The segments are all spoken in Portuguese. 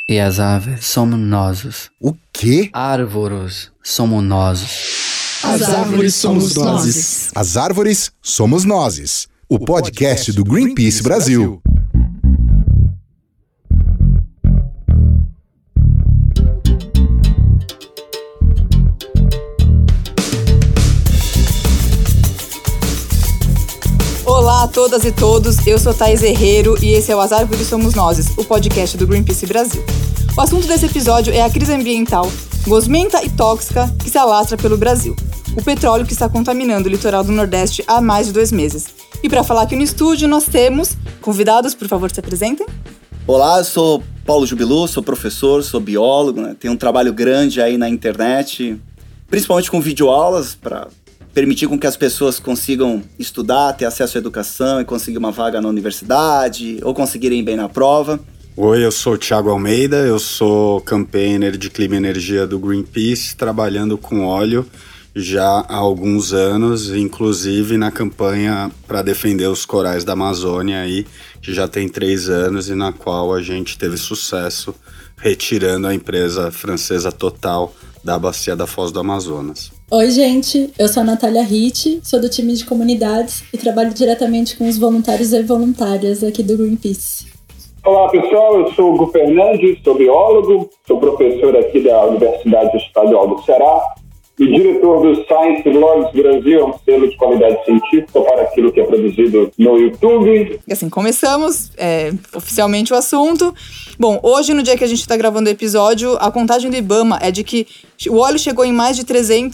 E as árvores somos nós. O quê? Árvores somos nós. As árvores somos nós. As árvores somos nós. O podcast do Greenpeace Brasil. Olá a todas e todos, eu sou Thaís Herrero e esse é o As Árvores Somos Nós, o podcast do Greenpeace Brasil. O assunto desse episódio é a crise ambiental, gosmenta e tóxica que se alastra pelo Brasil. O petróleo que está contaminando o litoral do Nordeste há mais de 2 meses. E para falar aqui no estúdio nós temos convidados, por favor, se apresentem. Olá, eu sou Paulo Jubilu, sou professor, sou biólogo, né? Tenho um trabalho grande aí na internet, principalmente com videoaulas para permitir com que as pessoas consigam estudar, ter acesso à educação e conseguir uma vaga na universidade ou conseguirem bem na prova. Oi, eu sou o Thiago Almeida, eu sou campaigner de clima e energia do Greenpeace, trabalhando com óleo já há alguns anos, inclusive na campanha para defender os corais da Amazônia, aí, que já tem 3 anos e na qual a gente teve sucesso retirando a empresa francesa Total da bacia da Foz do Amazonas. Oi, gente, eu sou a Natália Ritt, sou do time de comunidades e trabalho diretamente com os voluntários e voluntárias aqui do Greenpeace. Olá, pessoal, eu sou o Hugo Fernandes, sou biólogo, sou professor aqui da Universidade Estadual do Ceará e diretor do Science Blogs Brasil, um selo de qualidade científica para aquilo que é produzido no YouTube. E assim, começamos oficialmente o assunto. Bom, hoje, no dia que a gente está gravando o episódio, a contagem do IBAMA é de que o óleo chegou em mais de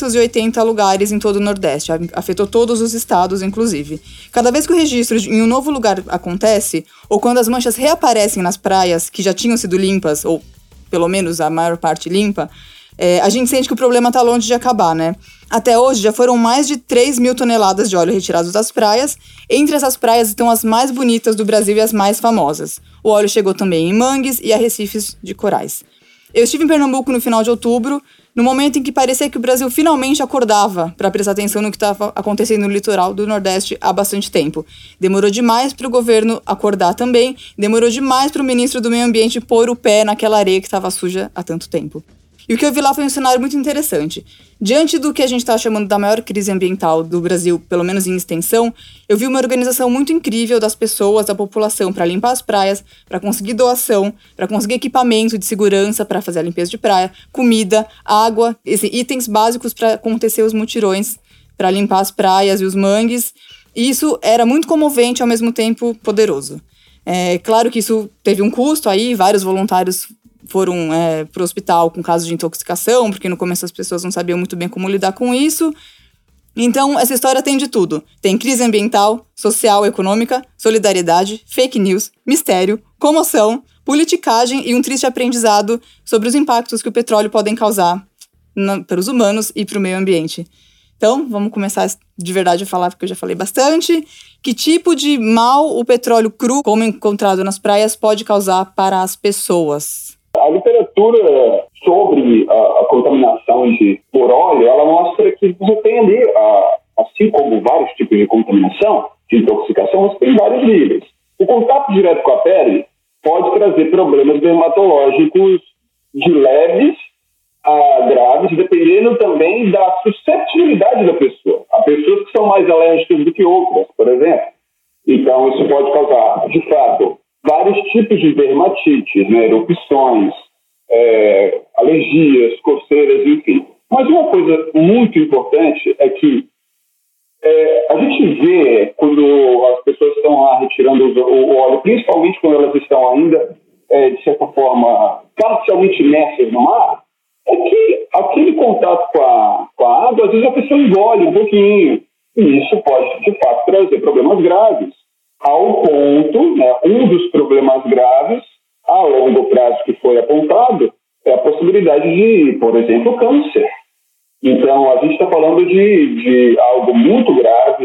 380 lugares em todo o Nordeste, afetou todos os estados, inclusive. Cada vez que o registro em um novo lugar acontece, ou quando as manchas reaparecem nas praias que já tinham sido limpas, ou pelo menos a maior parte limpa, a gente sente que o problema está longe de acabar, né? Até hoje já foram mais de 3 mil toneladas de óleo retirados das praias. Entre essas praias estão as mais bonitas do Brasil e as mais famosas. O óleo chegou também em mangues e arrecifes de corais. Eu estive em Pernambuco no final de outubro, no momento em que parecia que o Brasil finalmente acordava para prestar atenção no que estava acontecendo no litoral do Nordeste há bastante tempo. Demorou demais para o governo acordar também, demorou demais para o ministro do Meio Ambiente pôr o pé naquela areia que estava suja há tanto tempo. E o que eu vi lá foi um cenário muito interessante. Diante do que a gente está chamando da maior crise ambiental do Brasil, pelo menos em extensão, eu vi uma organização muito incrível das pessoas, da população, para limpar as praias, para conseguir doação, para conseguir equipamento de segurança para fazer a limpeza de praia, comida, água, itens básicos para acontecer os mutirões, para limpar as praias e os mangues. E isso era muito comovente e, ao mesmo tempo, poderoso. É claro que isso teve um custo aí, vários voluntários foram para o hospital com casos de intoxicação, porque no começo as pessoas não sabiam muito bem como lidar com isso. Então, essa história tem de tudo. Tem crise ambiental, social, econômica, solidariedade, fake news, mistério, comoção, politicagem e um triste aprendizado sobre os impactos que o petróleo podem causar para os humanos e para o meio ambiente. Então, vamos começar de verdade a falar, porque eu já falei bastante. Que tipo de mal o petróleo cru, como encontrado nas praias, pode causar para as pessoas? A literatura sobre a contaminação por óleo, ela mostra que você tem ali, assim como vários tipos de contaminação, de intoxicação, você tem vários níveis. O contato direto com a pele pode trazer problemas dermatológicos de leves a graves, dependendo também da suscetibilidade da pessoa. Há pessoas que são mais alérgicas do que outras, por exemplo. Então, isso pode causar, de fato, vários tipos de dermatites, né, erupções, alergias, coceiras, enfim. Mas uma coisa muito importante é que a gente vê quando as pessoas estão lá retirando o óleo, principalmente quando elas estão ainda, de certa forma, parcialmente imersas no mar, é que aquele contato com a água, às vezes a pessoa engole um pouquinho. E isso pode, de fato, trazer problemas graves. Ao ponto, né, um dos problemas graves a longo prazo que foi apontado é a possibilidade de, por exemplo, câncer. Então, a gente está falando de algo muito grave.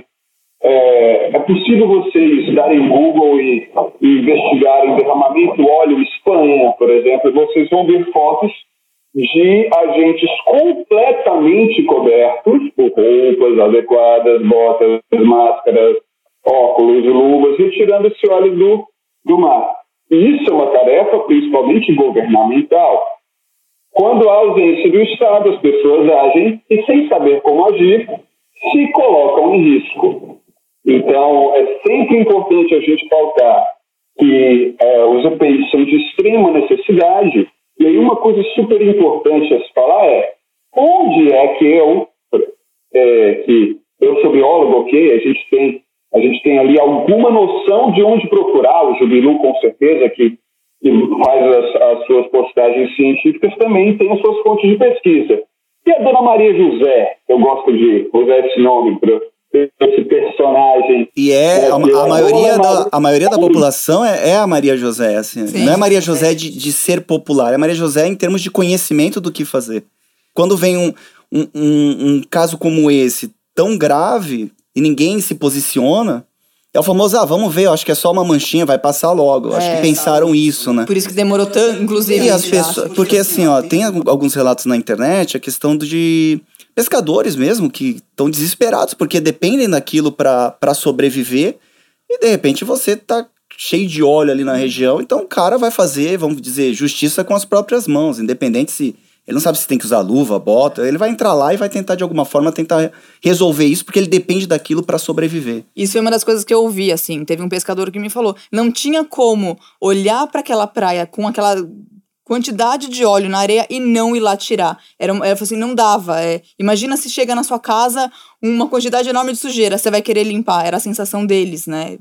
É possível vocês darem Google e investigarem derramamento óleo em Espanha, por exemplo, e vocês vão ver fotos de agentes completamente cobertos por roupas adequadas, botas, máscaras, óculos, luvas, retirando esse óleo do mar. E isso é uma tarefa principalmente governamental. Quando há ausência do Estado, as pessoas agem e, sem saber como agir, se colocam em risco. Então, é sempre importante a gente pautar que os EPIs são de extrema necessidade. E aí uma coisa super importante a se falar é onde é que eu sou biólogo, ok? A gente tem ali alguma noção de onde procurar. O Jubilu, com certeza, que faz as suas postagens científicas, também tem as suas fontes de pesquisa. E a dona Maria José, eu gosto de usar esse nome para esse personagem. E a maioria da população é a Maria José, assim. Sim, não é Maria José de ser popular, é Maria José em termos de conhecimento do que fazer. Quando vem um caso como esse, tão grave, e ninguém se posiciona, é o famoso, vamos ver, eu acho que é só uma manchinha, vai passar logo. Eu acho que pensaram isso, né? Por isso que demorou tanto, inclusive. E as pessoas, porque assim, tem alguns relatos na internet, a questão de pescadores mesmo, que estão desesperados, porque dependem daquilo para sobreviver, e de repente você tá cheio de óleo ali na região, então o cara vai fazer, vamos dizer, justiça com as próprias mãos, independente se... Ele não sabe se tem que usar luva, bota, ele vai entrar lá e vai tentar de alguma forma resolver isso, porque ele depende daquilo para sobreviver. Isso é uma das coisas que eu ouvi, assim, teve um pescador que me falou, não tinha como olhar para aquela praia com aquela quantidade de óleo na areia e não ir lá tirar. Era assim, não dava. Imagina se chega na sua casa uma quantidade enorme de sujeira, você vai querer limpar. Era a sensação deles, né?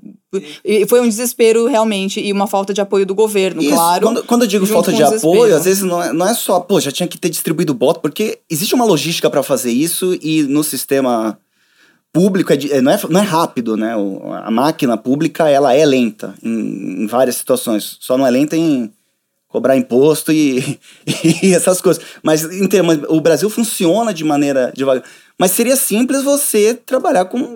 E foi um desespero, realmente, e uma falta de apoio do governo, isso, claro. Quando eu digo falta de apoio, às vezes não é só, já tinha que ter distribuído bota, porque existe uma logística para fazer isso e no sistema público não é rápido, né? A máquina pública, ela é lenta em várias situações. Só não é lenta em cobrar imposto e essas coisas. Mas o Brasil funciona de maneira devagar. Mas seria simples você trabalhar com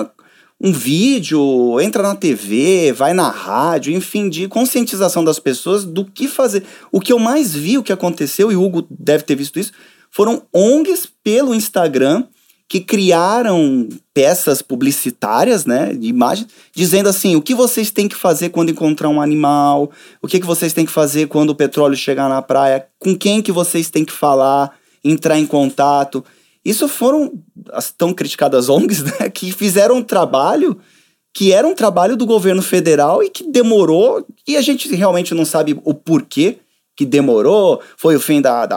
um vídeo, entra na TV, vai na rádio, enfim, de conscientização das pessoas do que fazer. O que eu mais vi, o que aconteceu, e o Hugo deve ter visto isso, foram ONGs pelo Instagram que criaram peças publicitárias, né, de imagens, dizendo assim, o que vocês têm que fazer quando encontrar um animal, o que vocês têm que fazer quando o petróleo chegar na praia, com quem que vocês têm que falar, entrar em contato. Isso foram as tão criticadas ONGs, né, que fizeram um trabalho que era um trabalho do governo federal e que demorou, e a gente realmente não sabe o porquê que demorou, foi o fim da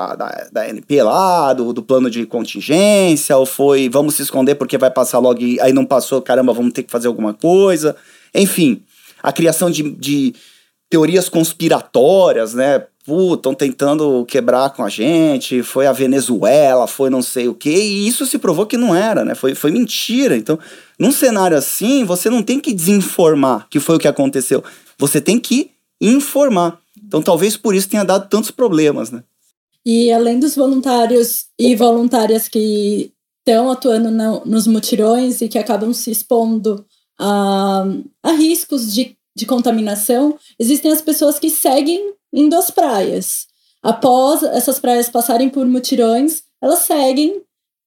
NP lá, do plano de contingência, ou foi vamos se esconder porque vai passar logo e aí não passou, caramba, vamos ter que fazer alguma coisa. Enfim, a criação de teorias conspiratórias, né? Estão tentando quebrar com a gente, foi a Venezuela, foi não sei o quê, e isso se provou que não era, né? Foi mentira. Então, num cenário assim, você não tem que desinformar, que foi o que aconteceu. Você tem que informar. Então, talvez por isso tenha dado tantos problemas, né? E além dos voluntários e voluntárias que estão atuando nos mutirões e que acabam se expondo a riscos de contaminação, existem as pessoas que seguem indo às praias. Após essas praias passarem por mutirões, elas seguem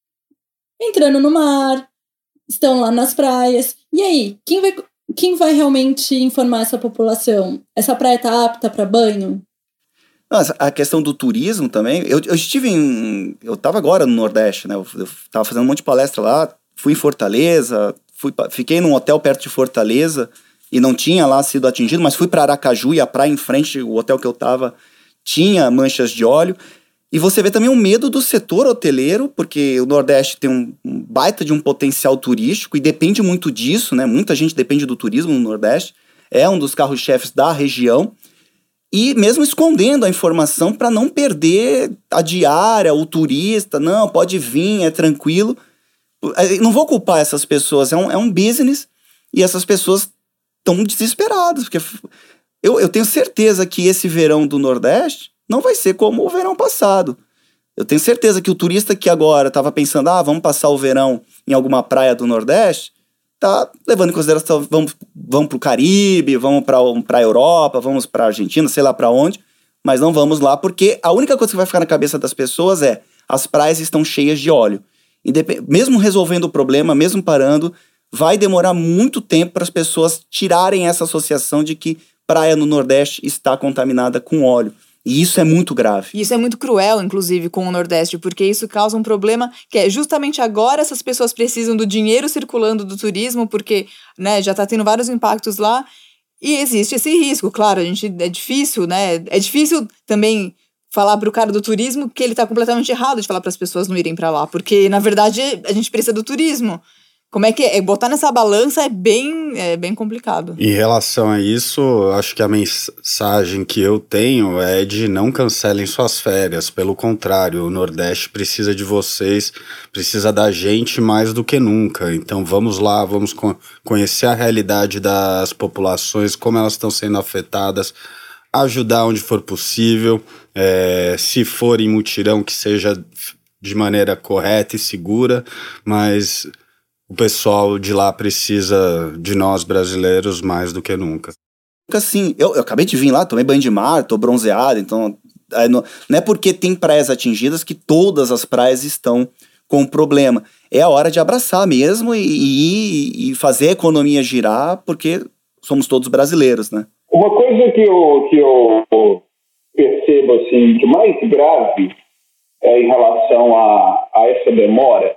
entrando no mar, estão lá nas praias. E aí, quem vai realmente informar essa população? Essa praia está apta para banho? Nossa, a questão do turismo também. Eu estava agora no Nordeste, né? Eu estava fazendo um monte de palestra lá, fui em Fortaleza, fiquei num hotel perto de Fortaleza e não tinha lá sido atingido, mas fui para Aracaju e a praia em frente, o hotel que eu estava, tinha manchas de óleo. E você vê também o medo do setor hoteleiro, porque o Nordeste tem um baita de um potencial turístico e depende muito disso, né? Muita gente depende do turismo no Nordeste, é um dos carros-chefes da região. E mesmo escondendo a informação para não perder a diária, o turista, não, pode vir, é tranquilo. Não vou culpar essas pessoas, é um business e essas pessoas estão desesperadas, porque eu tenho certeza que esse verão do Nordeste não vai ser como o verão passado. Eu tenho certeza que o turista que agora estava pensando, vamos passar o verão em alguma praia do Nordeste, tá levando em consideração, vamos pro Caribe, vamos pra Europa, vamos pra Argentina, sei lá pra onde, mas não vamos lá, porque a única coisa que vai ficar na cabeça das pessoas é, as praias estão cheias de óleo. Mesmo resolvendo o problema, mesmo parando, vai demorar muito tempo para as pessoas tirarem essa associação de que praia no Nordeste está contaminada com óleo. E isso é muito grave. E isso é muito cruel, inclusive, com o Nordeste, porque isso causa um problema que é justamente agora essas pessoas precisam do dinheiro circulando do turismo, porque, né, já está tendo vários impactos lá, e existe esse risco. Claro, é difícil, né? É difícil também falar para o cara do turismo que ele está completamente errado de falar para as pessoas não irem para lá, porque, na verdade, a gente precisa do turismo. Como é que é? Botar nessa balança é bem complicado. Em relação a isso, acho que a mensagem que eu tenho é de não cancelem suas férias. Pelo contrário, o Nordeste precisa de vocês, precisa da gente mais do que nunca. Então vamos lá, vamos conhecer a realidade das populações, como elas estão sendo afetadas, ajudar onde for possível, se for em mutirão, que seja de maneira correta e segura, mas o pessoal de lá precisa de nós brasileiros mais do que nunca. Assim, eu acabei de vir lá, tomei banho de mar, tô bronzeado, então não é porque tem praias atingidas que todas as praias estão com problema. É a hora de abraçar mesmo e fazer a economia girar, porque somos todos brasileiros, né? Uma coisa que eu percebo assim, de mais grave em relação a essa demora,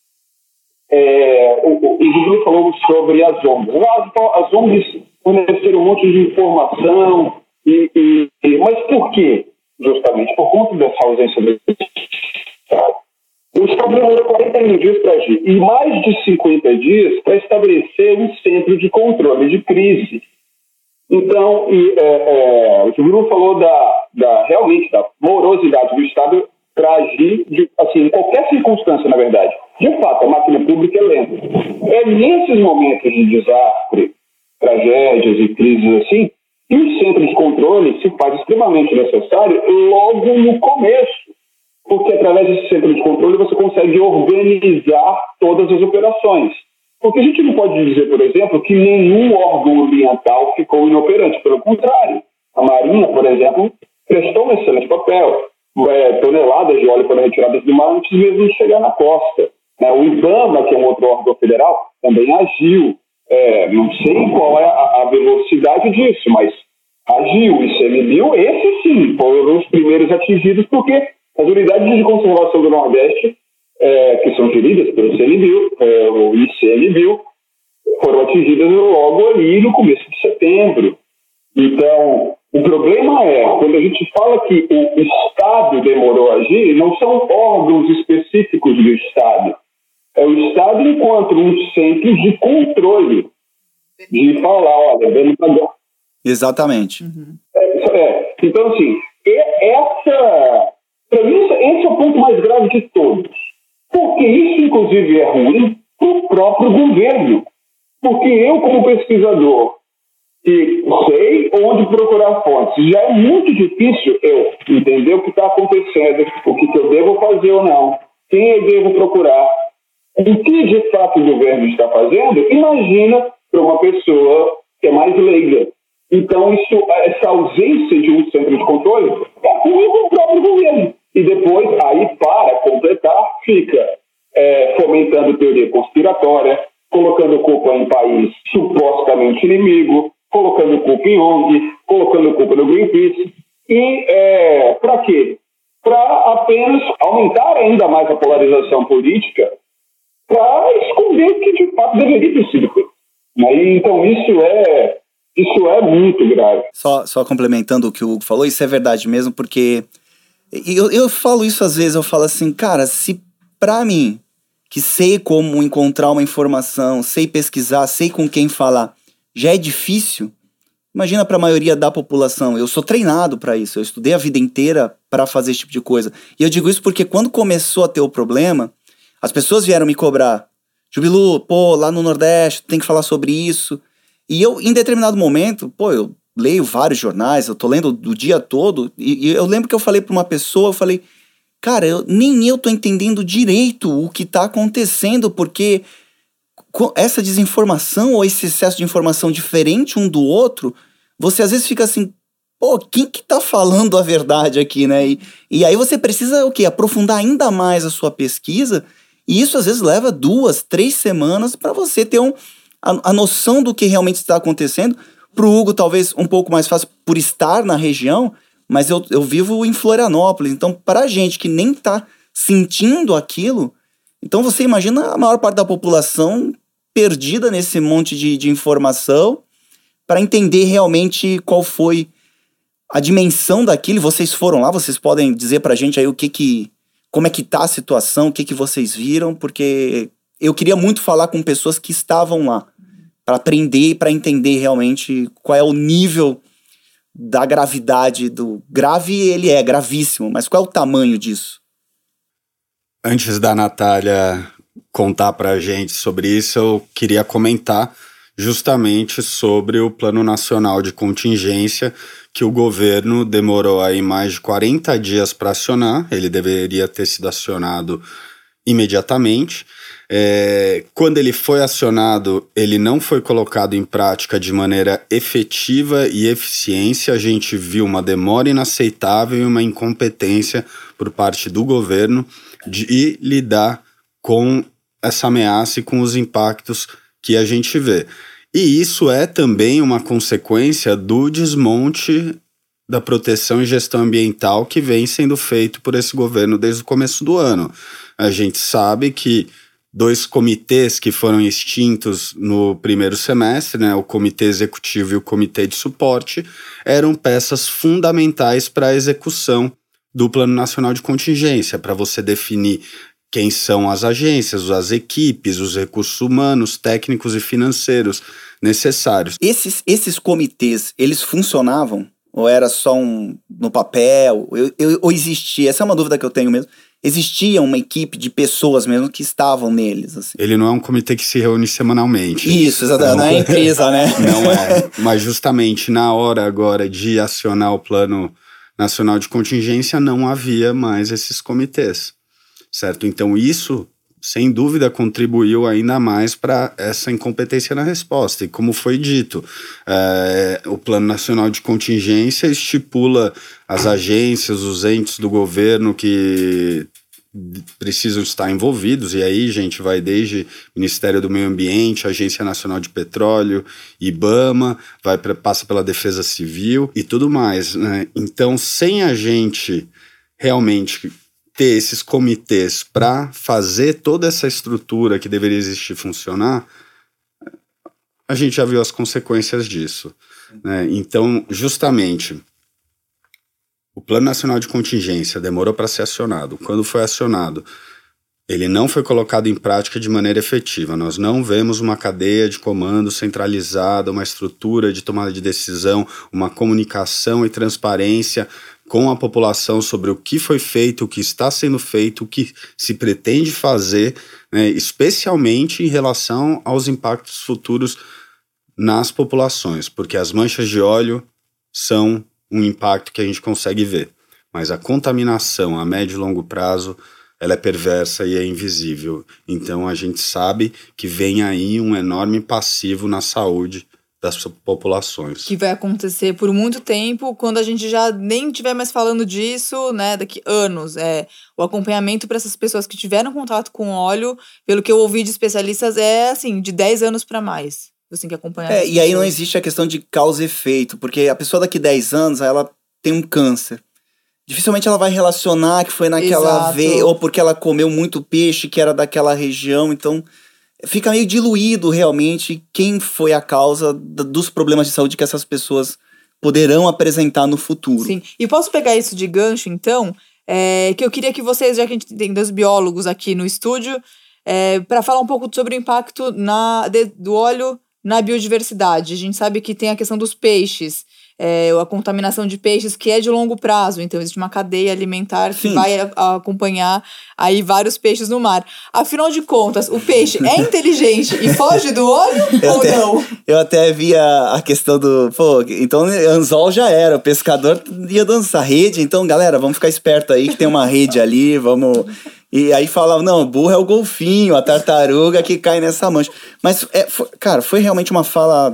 o Júlio falou sobre as ONGs. As ONGs forneceram um monte de informação, mas por quê? Justamente por conta dessa ausência do Estado. O Estado demorou 41 dias para agir e mais de 50 dias para estabelecer um centro de controle de crise. Então, o Júlio falou realmente da morosidade do Estado para agir em qualquer circunstância, na verdade. De fato, a máquina pública é lenta. É nesses momentos de desastre, tragédias e crises assim, que o centro de controle se faz extremamente necessário logo no começo, porque através desse centro de controle você consegue organizar todas as operações. Porque a gente não pode dizer, por exemplo, que nenhum órgão ambiental ficou inoperante. Pelo contrário, a Marinha, por exemplo, prestou um excelente papel. Toneladas de óleo foram retiradas do mar antes mesmo de chegar na costa. O IBAMA, que é um outro órgão federal, também agiu. Não sei qual é a velocidade disso, mas agiu. O ICMBio, esses sim, foram os primeiros atingidos, porque as unidades de conservação do Nordeste, que são geridas pelo ICMBio, o ICMBio, foram atingidas logo ali no começo de setembro. Então, o problema quando a gente fala que o Estado demorou a agir, não são órgãos específicos do Estado. É o Estado enquanto um centro de controle, de falar, olha, vamos pagar. Exatamente. Então, assim, para mim, esse é o ponto mais grave de todos. Porque isso, inclusive, é ruim para o próprio governo. Porque eu, como pesquisador, que sei onde procurar fontes, já é muito difícil eu entender o que está acontecendo, o que eu devo fazer ou não, quem eu devo procurar, o que de fato o governo está fazendo. Imagina para uma pessoa que é mais leiga. Então, essa ausência de um centro de controle é ruim para o próprio governo. E depois, aí, para completar, fica fomentando teoria conspiratória, colocando culpa em país supostamente inimigo, colocando culpa em ONG, colocando culpa no Greenpeace. E para quê? Para apenas aumentar ainda mais a polarização política, para esconder o que de fato deveria ter sido feito. Então isso é muito grave. Só complementando o que o Hugo falou, isso é verdade mesmo, porque eu falo isso às vezes, eu falo assim, cara, se pra mim, que sei como encontrar uma informação, sei pesquisar, sei com quem falar, já é difícil, imagina pra maioria da população. Eu sou treinado pra isso, eu estudei a vida inteira pra fazer esse tipo de coisa. E eu digo isso porque quando começou a ter o problema, as pessoas vieram me cobrar, Jubilu, lá no Nordeste, tem que falar sobre isso. E eu, em determinado momento, eu leio vários jornais, eu tô lendo o dia todo, e eu lembro que eu falei pra uma pessoa, eu falei, cara, nem eu tô entendendo direito o que tá acontecendo, porque essa desinformação ou esse excesso de informação diferente um do outro, você às vezes fica assim, quem que tá falando a verdade aqui, né? E aí você precisa, aprofundar ainda mais a sua pesquisa, e isso às vezes leva 2, 3 semanas para você ter a noção do que realmente está acontecendo, Pro Hugo, talvez um pouco mais fácil por estar na região, mas eu vivo em Florianópolis. Então, pra gente que nem tá sentindo aquilo, então você imagina a maior parte da população perdida nesse monte de informação para entender realmente qual foi a dimensão daquilo. Vocês foram lá, vocês podem dizer pra gente aí como é que tá a situação, o que vocês viram, porque eu queria muito falar com pessoas que estavam lá, para aprender e para entender realmente qual é o nível da gravidade do... Grave, ele é gravíssimo, mas qual é o tamanho disso? Antes da Natália contar pra gente sobre isso, eu queria comentar justamente sobre o Plano Nacional de Contingência, que o governo demorou aí mais de 40 dias para acionar. Ele deveria ter sido acionado imediatamente. Quando ele foi acionado, ele não foi colocado em prática de maneira efetiva e eficiência. A gente viu uma demora inaceitável e uma incompetência por parte do governo de lidar com essa ameaça e com os impactos que a gente vê. E isso é também uma consequência do desmonte da proteção e gestão ambiental que vem sendo feito por esse governo desde o começo do ano. A gente sabe que 2 comitês que foram extintos no primeiro semestre, né, o Comitê Executivo e o Comitê de Suporte, eram peças fundamentais para a execução do Plano Nacional de Contingência, para você definir quem são as agências, as equipes, os recursos humanos, técnicos e financeiros necessários. Esses comitês, eles funcionavam? Ou era só no papel? Ou existia? Essa é uma dúvida que eu tenho mesmo. Existia uma equipe de pessoas mesmo que estavam neles? Assim. Ele não é um comitê que se reúne semanalmente. Isso, exatamente. Não é empresa, né? Não é. Mas justamente na hora agora de acionar o Plano Nacional de Contingência, não havia mais esses comitês. Certo? Então isso, sem dúvida, contribuiu ainda mais para essa incompetência na resposta. E como foi dito, o Plano Nacional de Contingência estipula as agências, os entes do governo que precisam estar envolvidos, e aí, gente, vai desde Ministério do Meio Ambiente, Agência Nacional de Petróleo, IBAMA, passa pela Defesa Civil e tudo mais, né? Então, sem a gente realmente ter esses comitês para fazer toda essa estrutura que deveria existir funcionar, a gente já viu as consequências disso, né? Então, justamente, o Plano Nacional de Contingência demorou para ser acionado. Quando foi acionado, ele não foi colocado em prática de maneira efetiva. Nós não vemos uma cadeia de comando centralizada, uma estrutura de tomada de decisão, uma comunicação e transparência com a população sobre o que foi feito, o que está sendo feito, o que se pretende fazer, né, especialmente em relação aos impactos futuros nas populações, porque as manchas de óleo são um impacto que a gente consegue ver, mas a contaminação a médio e longo prazo, ela é perversa e é invisível. Então a gente sabe que vem aí um enorme passivo na saúde das populações. Que vai acontecer por muito tempo, quando a gente já nem estiver mais falando disso, né, daqui anos. O acompanhamento para essas pessoas que tiveram contato com óleo, pelo que eu ouvi de especialistas, é assim, de 10 anos para mais. Você tem que acompanhar. E aí não existe a questão de causa e efeito, porque a pessoa daqui 10 anos, ela tem um câncer. Dificilmente ela vai relacionar que foi naquela vez, ou porque ela comeu muito peixe que era daquela região, então fica meio diluído realmente quem foi a causa dos problemas de saúde que essas pessoas poderão apresentar no futuro. Sim, e posso pegar isso de gancho, então, que eu queria que vocês, já que a gente tem 2 biólogos aqui no estúdio, para falar um pouco sobre o impacto do óleo na biodiversidade. A gente sabe que tem a questão dos peixes, a contaminação de peixes que é de longo prazo, então existe uma cadeia alimentar que vai acompanhar aí vários peixes no mar. Afinal de contas, o peixe é inteligente e foge do óleo ou não? Eu até vi a questão do... então anzol já era, o pescador ia dançar rede, então galera, vamos ficar esperto aí que tem uma rede ali, vamos... E aí falava, não, o burro é o golfinho, a tartaruga que cai nessa mancha. Mas, foi realmente uma fala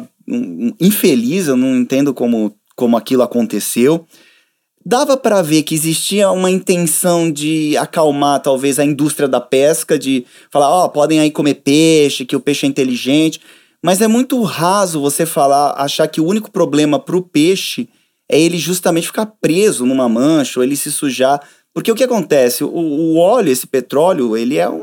infeliz, eu não entendo como aquilo aconteceu. Dava para ver que existia uma intenção de acalmar, talvez, a indústria da pesca, de falar, podem aí comer peixe, que o peixe é inteligente. Mas é muito raso você achar que o único problema para o peixe é ele justamente ficar preso numa mancha ou ele se sujar. Porque o que acontece? O óleo, esse petróleo, ele é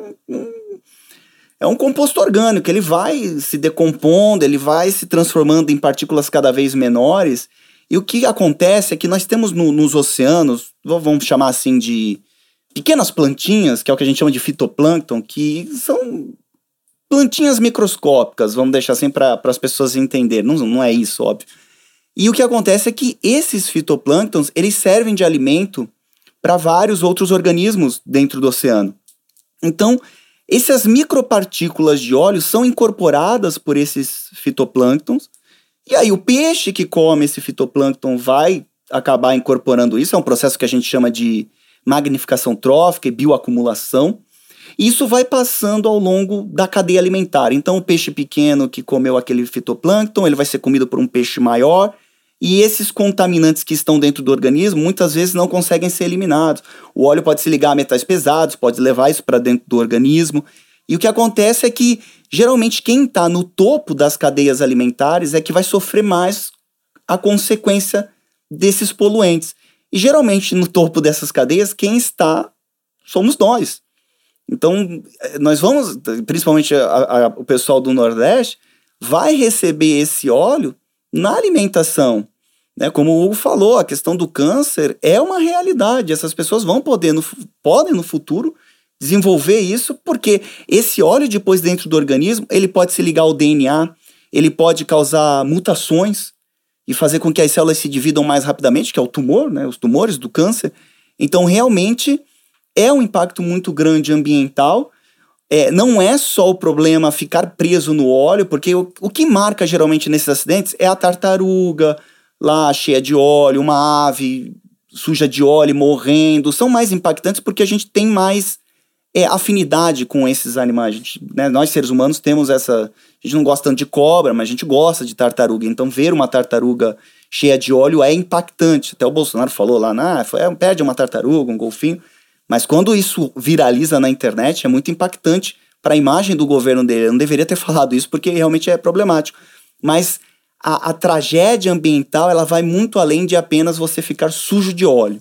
um composto orgânico, ele vai se decompondo, ele vai se transformando em partículas cada vez menores. E o que acontece é que nós temos nos oceanos, vamos chamar assim de pequenas plantinhas, que é o que a gente chama de fitoplâncton, que são plantinhas microscópicas, vamos deixar assim para as pessoas entenderem. Não é isso, óbvio. E o que acontece é que esses fitoplânctons, eles servem de alimento para vários outros organismos dentro do oceano. Então, essas micropartículas de óleo são incorporadas por esses fitoplânctons, e aí o peixe que come esse fitoplâncton vai acabar incorporando isso. É um processo que a gente chama de magnificação trófica e bioacumulação. E isso vai passando ao longo da cadeia alimentar. Então o peixe pequeno que comeu aquele fitoplâncton, ele vai ser comido por um peixe maior, e esses contaminantes que estão dentro do organismo muitas vezes não conseguem ser eliminados. O óleo pode se ligar a metais pesados, pode levar isso para dentro do organismo. E o que acontece é que, geralmente, quem está no topo das cadeias alimentares é que vai sofrer mais a consequência desses poluentes. E, geralmente, no topo dessas cadeias, quem está somos nós. Então, nós vamos, principalmente o pessoal do Nordeste, vai receber esse óleo na alimentação. Né? Como o Hugo falou, a questão do câncer é uma realidade. Essas pessoas podem no futuro desenvolver isso, porque esse óleo depois dentro do organismo, ele pode se ligar ao DNA, ele pode causar mutações e fazer com que as células se dividam mais rapidamente, que é o tumor, né? Os tumores do câncer. Então, realmente, é um impacto muito grande ambiental. Não é só o problema ficar preso no óleo, porque o que marca geralmente nesses acidentes é a tartaruga lá cheia de óleo, uma ave suja de óleo morrendo. São mais impactantes porque a gente tem mais afinidade com esses animais. Nós, seres humanos, temos essa... A gente não gosta tanto de cobra, mas a gente gosta de tartaruga. Então, ver uma tartaruga cheia de óleo é impactante. Até o Bolsonaro falou lá, perde uma tartaruga, um golfinho. Mas quando isso viraliza na internet, é muito impactante para a imagem do governo dele. Eu não deveria ter falado isso, porque realmente é problemático. Mas a tragédia ambiental, ela vai muito além de apenas você ficar sujo de óleo.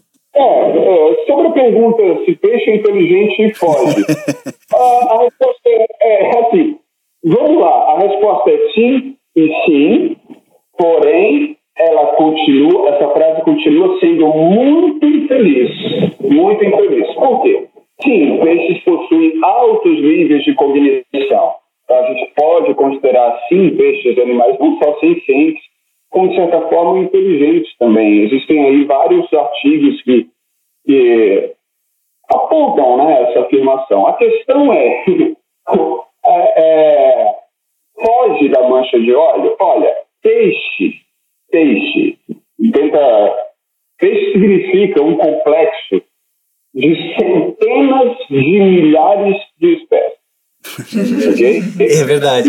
Sobre a pergunta se peixe é inteligente e foge, a resposta é assim. Vamos lá, a resposta é sim e sim, porém, essa frase continua sendo muito infeliz. Muito infeliz. Por quê? Sim, peixes possuem altos níveis de cognição. A gente pode considerar, sim, peixes animais não só sencientes, como, de certa forma, inteligentes também. Existem aí vários artigos que apontam, né, essa afirmação. A questão foge da mancha de óleo. Olha, peixe significa um complexo de centenas de milhares de espécies. Okay? É verdade.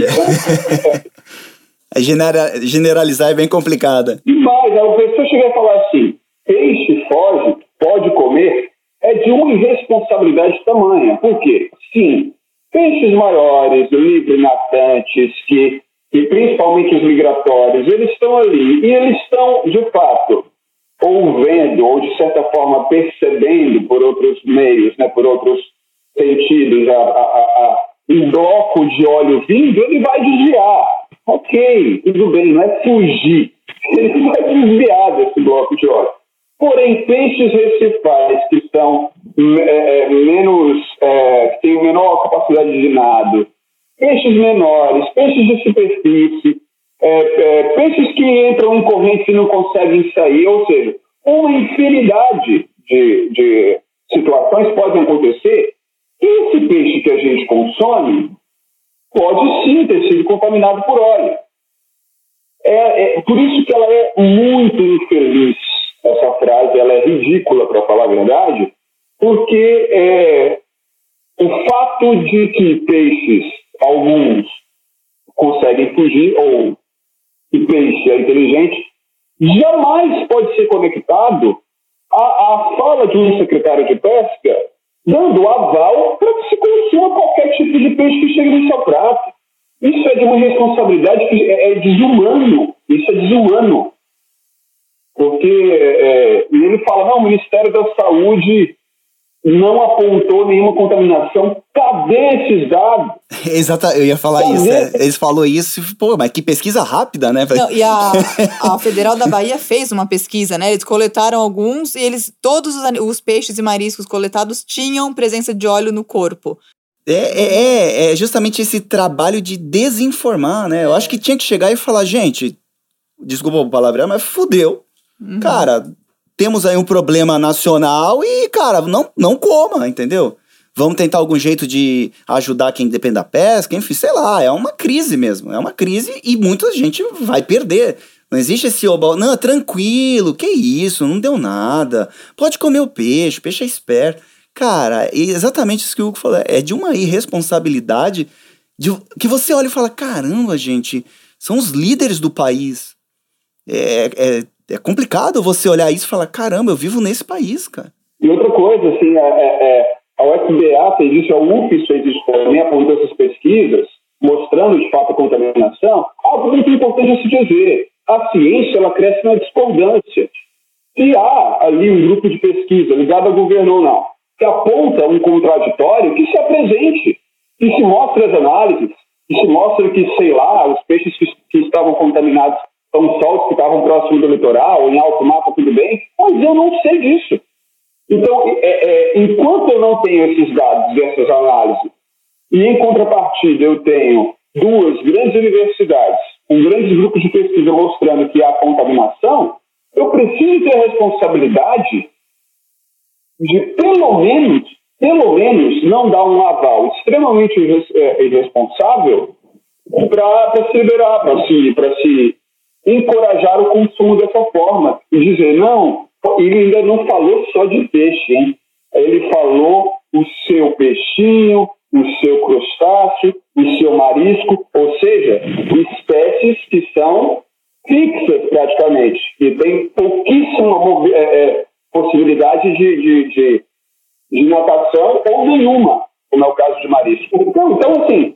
Generalizar é bem complicada. Mas a pessoa chega a falar assim, peixe foge, pode comer, é de uma irresponsabilidade tamanha. Por quê? Sim, peixes maiores, livre-natantes, e principalmente os migratórios, eles estão ali. E eles estão, de fato, ouvendo, ou de certa forma percebendo por outros meios, né, por outros sentidos, um bloco de óleo vindo, ele vai desviar. Ok, tudo bem, não é fugir. Ele vai desviar desse bloco de óleo. Porém, peixes recifais que são que têm menor capacidade de nado, peixes menores, peixes de superfície, peixes que entram em correntes e não conseguem sair, ou seja, uma infinidade de situações podem acontecer. E esse peixe que a gente consome pode sim ter sido contaminado por óleo. Por isso que ela é muito infeliz, essa frase, ela é ridícula, para falar a verdade, porque o fato de que peixes, alguns, conseguem fugir, ou que peixe é inteligente, jamais pode ser conectado à fala de um secretário de pesca dando aval para que se consuma qualquer tipo de peixe que chegue no seu prato. Isso é de uma responsabilidade que é desumano. Isso é desumano. Porque ele fala, não, o Ministério da Saúde não apontou nenhuma contaminação. Cadê esses dados? Exato, eu ia falar isso. Eles falaram isso, pô, mas que pesquisa rápida, né? Não, e a Federal da Bahia fez uma pesquisa, né? Eles coletaram alguns e todos os peixes e mariscos coletados tinham presença de óleo no corpo. É justamente esse trabalho de desinformar, né? Eu acho que tinha que chegar e falar, gente, desculpa o palavreado, mas fudeu. Cara, temos aí um problema nacional e, cara, não coma, entendeu? Vamos tentar algum jeito de ajudar quem depende da pesca, enfim, sei lá, é uma crise mesmo. É uma crise e muita gente vai perder. Não existe esse não, tranquilo, que isso, não deu nada. Pode comer o peixe é esperto. Cara, é exatamente isso que o Hugo falou, é de uma irresponsabilidade que você olha e fala, caramba, gente, são os líderes do país. É complicado você olhar isso e falar, caramba, eu vivo nesse país, cara. E outra coisa, assim, a UFBA fez isso, a UFES fez isso também, apontou essas pesquisas, mostrando de fato a contaminação. Algo muito importante a se dizer, a ciência, ela cresce na discordância. Se há ali um grupo de pesquisa ligado ao governo ou não, que aponta um contraditório, que se apresente, que se mostre as análises, que se mostre que, sei lá, os peixes que estavam contaminados são só os que estavam próximos do litoral, em alto mar, tudo bem, mas eu não sei disso. Então, enquanto eu não tenho esses dados, essas análises, e em contrapartida eu tenho duas grandes universidades, com grandes grupos de pesquisa mostrando que há contaminação, eu preciso ter a responsabilidade de, pelo menos, não dar um aval extremamente irresponsável para se liberar, para se encorajar o consumo dessa forma e dizer, não, ele ainda não falou só de peixe, hein? Ele falou o seu peixinho, o seu crustáceo, o seu marisco, ou seja, espécies que são fixas praticamente, e tem pouquíssima possibilidade de natação ou nenhuma, como é o caso de marisco. Então assim,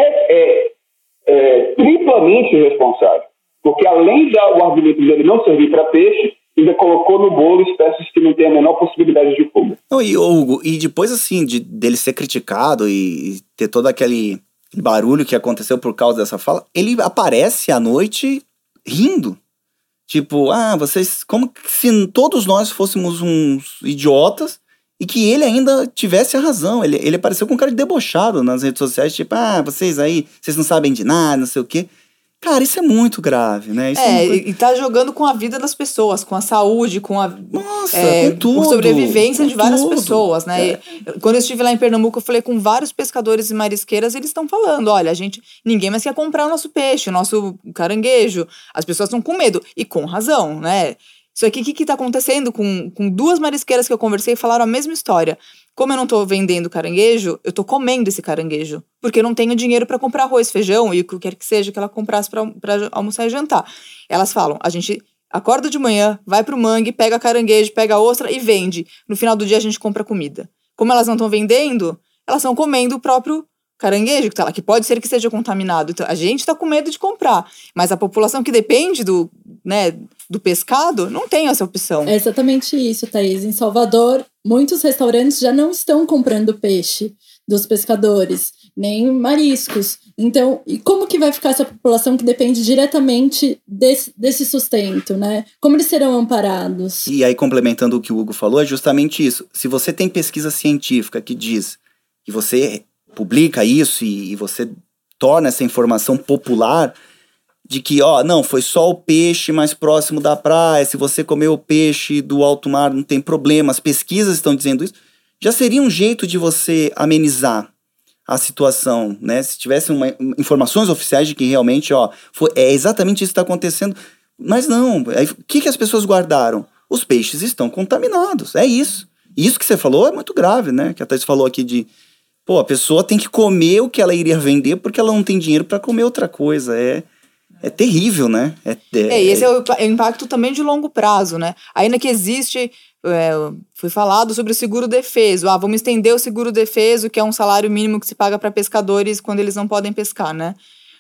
é triplamente irresponsável. Porque além do argumento dele não servir para peixe, ainda colocou no bolo espécies que não têm a menor possibilidade de fuga. Não, e Hugo, e depois assim, dele ser criticado e ter todo aquele barulho que aconteceu por causa dessa fala, ele aparece à noite rindo. Tipo, vocês, como se todos nós fôssemos uns idiotas e que ele ainda tivesse a razão. Ele apareceu com um cara de debochado nas redes sociais, tipo, vocês aí, vocês não sabem de nada, não sei o quê. Cara, isso é muito grave, né? Isso e tá jogando com a vida das pessoas, com a saúde, com a com tudo, com a sobrevivência de várias tudo. pessoas, né? Quando eu estive lá em Pernambuco, eu falei com vários pescadores e marisqueiras, eles estão falando, olha, ninguém mais quer comprar o nosso peixe, o nosso caranguejo, as pessoas estão com medo, e com razão, né? Isso aqui, o que tá acontecendo com duas marisqueiras que eu conversei, falaram a mesma história. Como eu não tô vendendo caranguejo, eu tô comendo esse caranguejo. Porque eu não tenho dinheiro para comprar arroz, feijão e o que quer que seja que ela comprasse pra almoçar e jantar. Elas falam, a gente acorda de manhã, vai pro mangue, pega caranguejo, pega ostra e vende. No final do dia a gente compra comida. Como elas não estão vendendo, elas estão comendo o próprio caranguejo que tá lá, que pode ser que seja contaminado. Então, a gente tá com medo de comprar. Mas a população que depende do pescado não tem essa opção. É exatamente isso, Thaís. Em Salvador, muitos restaurantes já não estão comprando peixe dos pescadores, nem mariscos. Então, e como que vai ficar essa população que depende diretamente desse sustento, né? Como eles serão amparados? E aí, complementando o que o Hugo falou, é justamente isso. Se você tem pesquisa científica que diz que você publica isso e você torna essa informação popular de que, não, foi só o peixe mais próximo da praia, se você comer o peixe do alto mar não tem problema, as pesquisas estão dizendo isso, já seria um jeito de você amenizar a situação, né? Se tivesse informações oficiais de que realmente, é exatamente isso que está acontecendo, mas não, o que as pessoas guardaram? Os peixes estão contaminados, é isso. E isso que você falou é muito grave, né? Que a Thaís falou aqui de, a pessoa tem que comer o que ela iria vender porque ela não tem dinheiro para comer outra coisa, é terrível, né? E esse é o impacto também de longo prazo, né? Ainda que existe, foi falado sobre o seguro-defeso. Vamos estender o seguro-defeso, que é um salário mínimo que se paga para pescadores quando eles não podem pescar, né?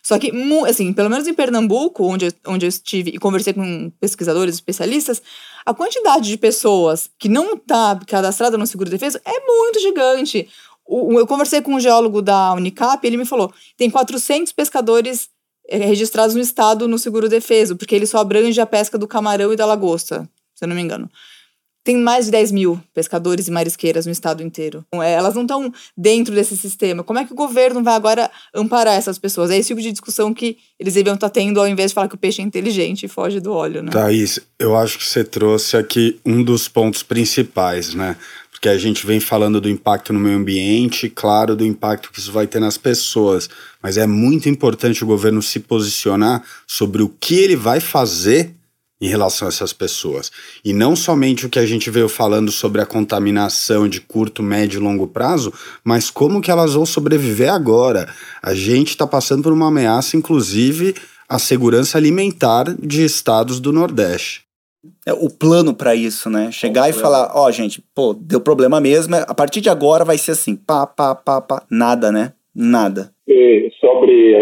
Só que, assim, pelo menos em Pernambuco, onde eu estive e conversei com pesquisadores, especialistas, a quantidade de pessoas que não está cadastrada no seguro-defeso é muito gigante. Eu conversei com um geólogo da Unicap, ele me falou, tem 400 pescadores registrados no estado no seguro-defeso, porque ele só abrange a pesca do camarão e da lagosta, se eu não me engano. Tem mais de 10 mil pescadores e marisqueiras no estado inteiro. Elas não estão dentro desse sistema. Como é que o governo vai agora amparar essas pessoas? É esse tipo de discussão que eles deviam estar tendo ao invés de falar que o peixe é inteligente e foge do óleo, né? Thaís, eu acho que você trouxe aqui um dos pontos principais, né? Porque a gente vem falando do impacto no meio ambiente, claro, do impacto que isso vai ter nas pessoas. Mas é muito importante o governo se posicionar sobre o que ele vai fazer em relação a essas pessoas. E não somente o que a gente veio falando sobre a contaminação de curto, médio e longo prazo, mas como que elas vão sobreviver agora. A gente está passando por uma ameaça, inclusive, à segurança alimentar de estados do Nordeste. O plano para isso, né? Chegar e falar, gente, deu problema mesmo, a partir de agora vai ser assim, nada, né? Nada. E sobre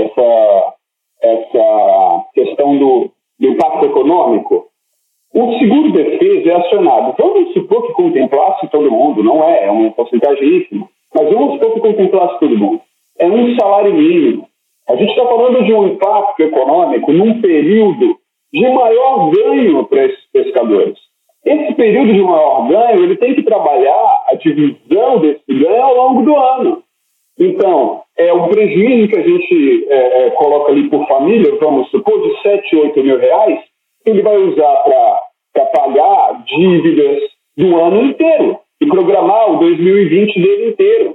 essa questão do impacto econômico, o seguro-defeso é acionado. Vamos supor que contemplasse todo mundo, não é uma porcentagem ínfima, mas vamos supor que contemplasse todo mundo. É um salário mínimo. A gente está falando de um impacto econômico num período de maior ganho para esses pescadores. Esse período de maior ganho, ele tem que trabalhar a divisão desse ganho ao longo do ano. Então, o prejuízo que a gente coloca ali por família, vamos supor, de 7, 8 mil reais, ele vai usar para pagar dívidas do ano inteiro e programar o 2020 dele inteiro.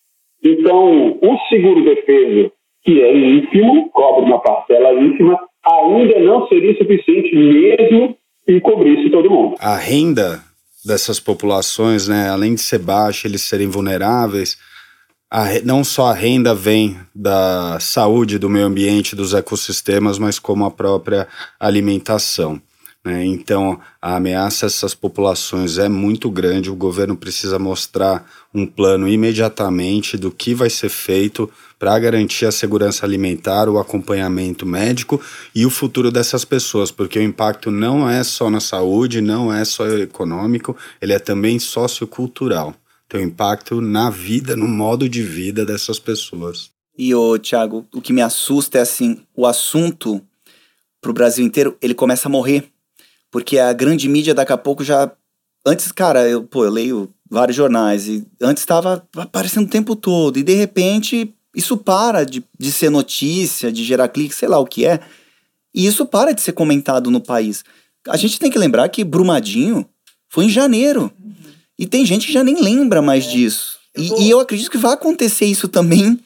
Então, o seguro-defeso, que é ínfimo, cobre uma parcela ínfima, ainda não seria suficiente mesmo e cobrisse todo mundo. A renda dessas populações, né, além de ser baixa, eles serem vulneráveis, não só a renda vem da saúde, do meio ambiente, dos ecossistemas, mas como a própria alimentação, né? Então, a ameaça a essas populações é muito grande, o governo precisa mostrar um plano imediatamente do que vai ser feito para garantir a segurança alimentar, o acompanhamento médico e o futuro dessas pessoas, porque o impacto não é só na saúde, não é só econômico, ele é também sociocultural. Tem um impacto na vida, no modo de vida dessas pessoas. E, Thiago, o que me assusta é assim, o assunto pro Brasil inteiro, ele começa a morrer. Porque a grande mídia daqui a pouco já... Antes, cara, eu leio vários jornais e antes estava aparecendo o tempo todo. E de repente, isso para de ser notícia, de gerar clique, sei lá o que é. E isso para de ser comentado no país. A gente tem que lembrar que Brumadinho foi em janeiro. E tem gente que já nem lembra mais disso. E eu acredito que vai acontecer isso também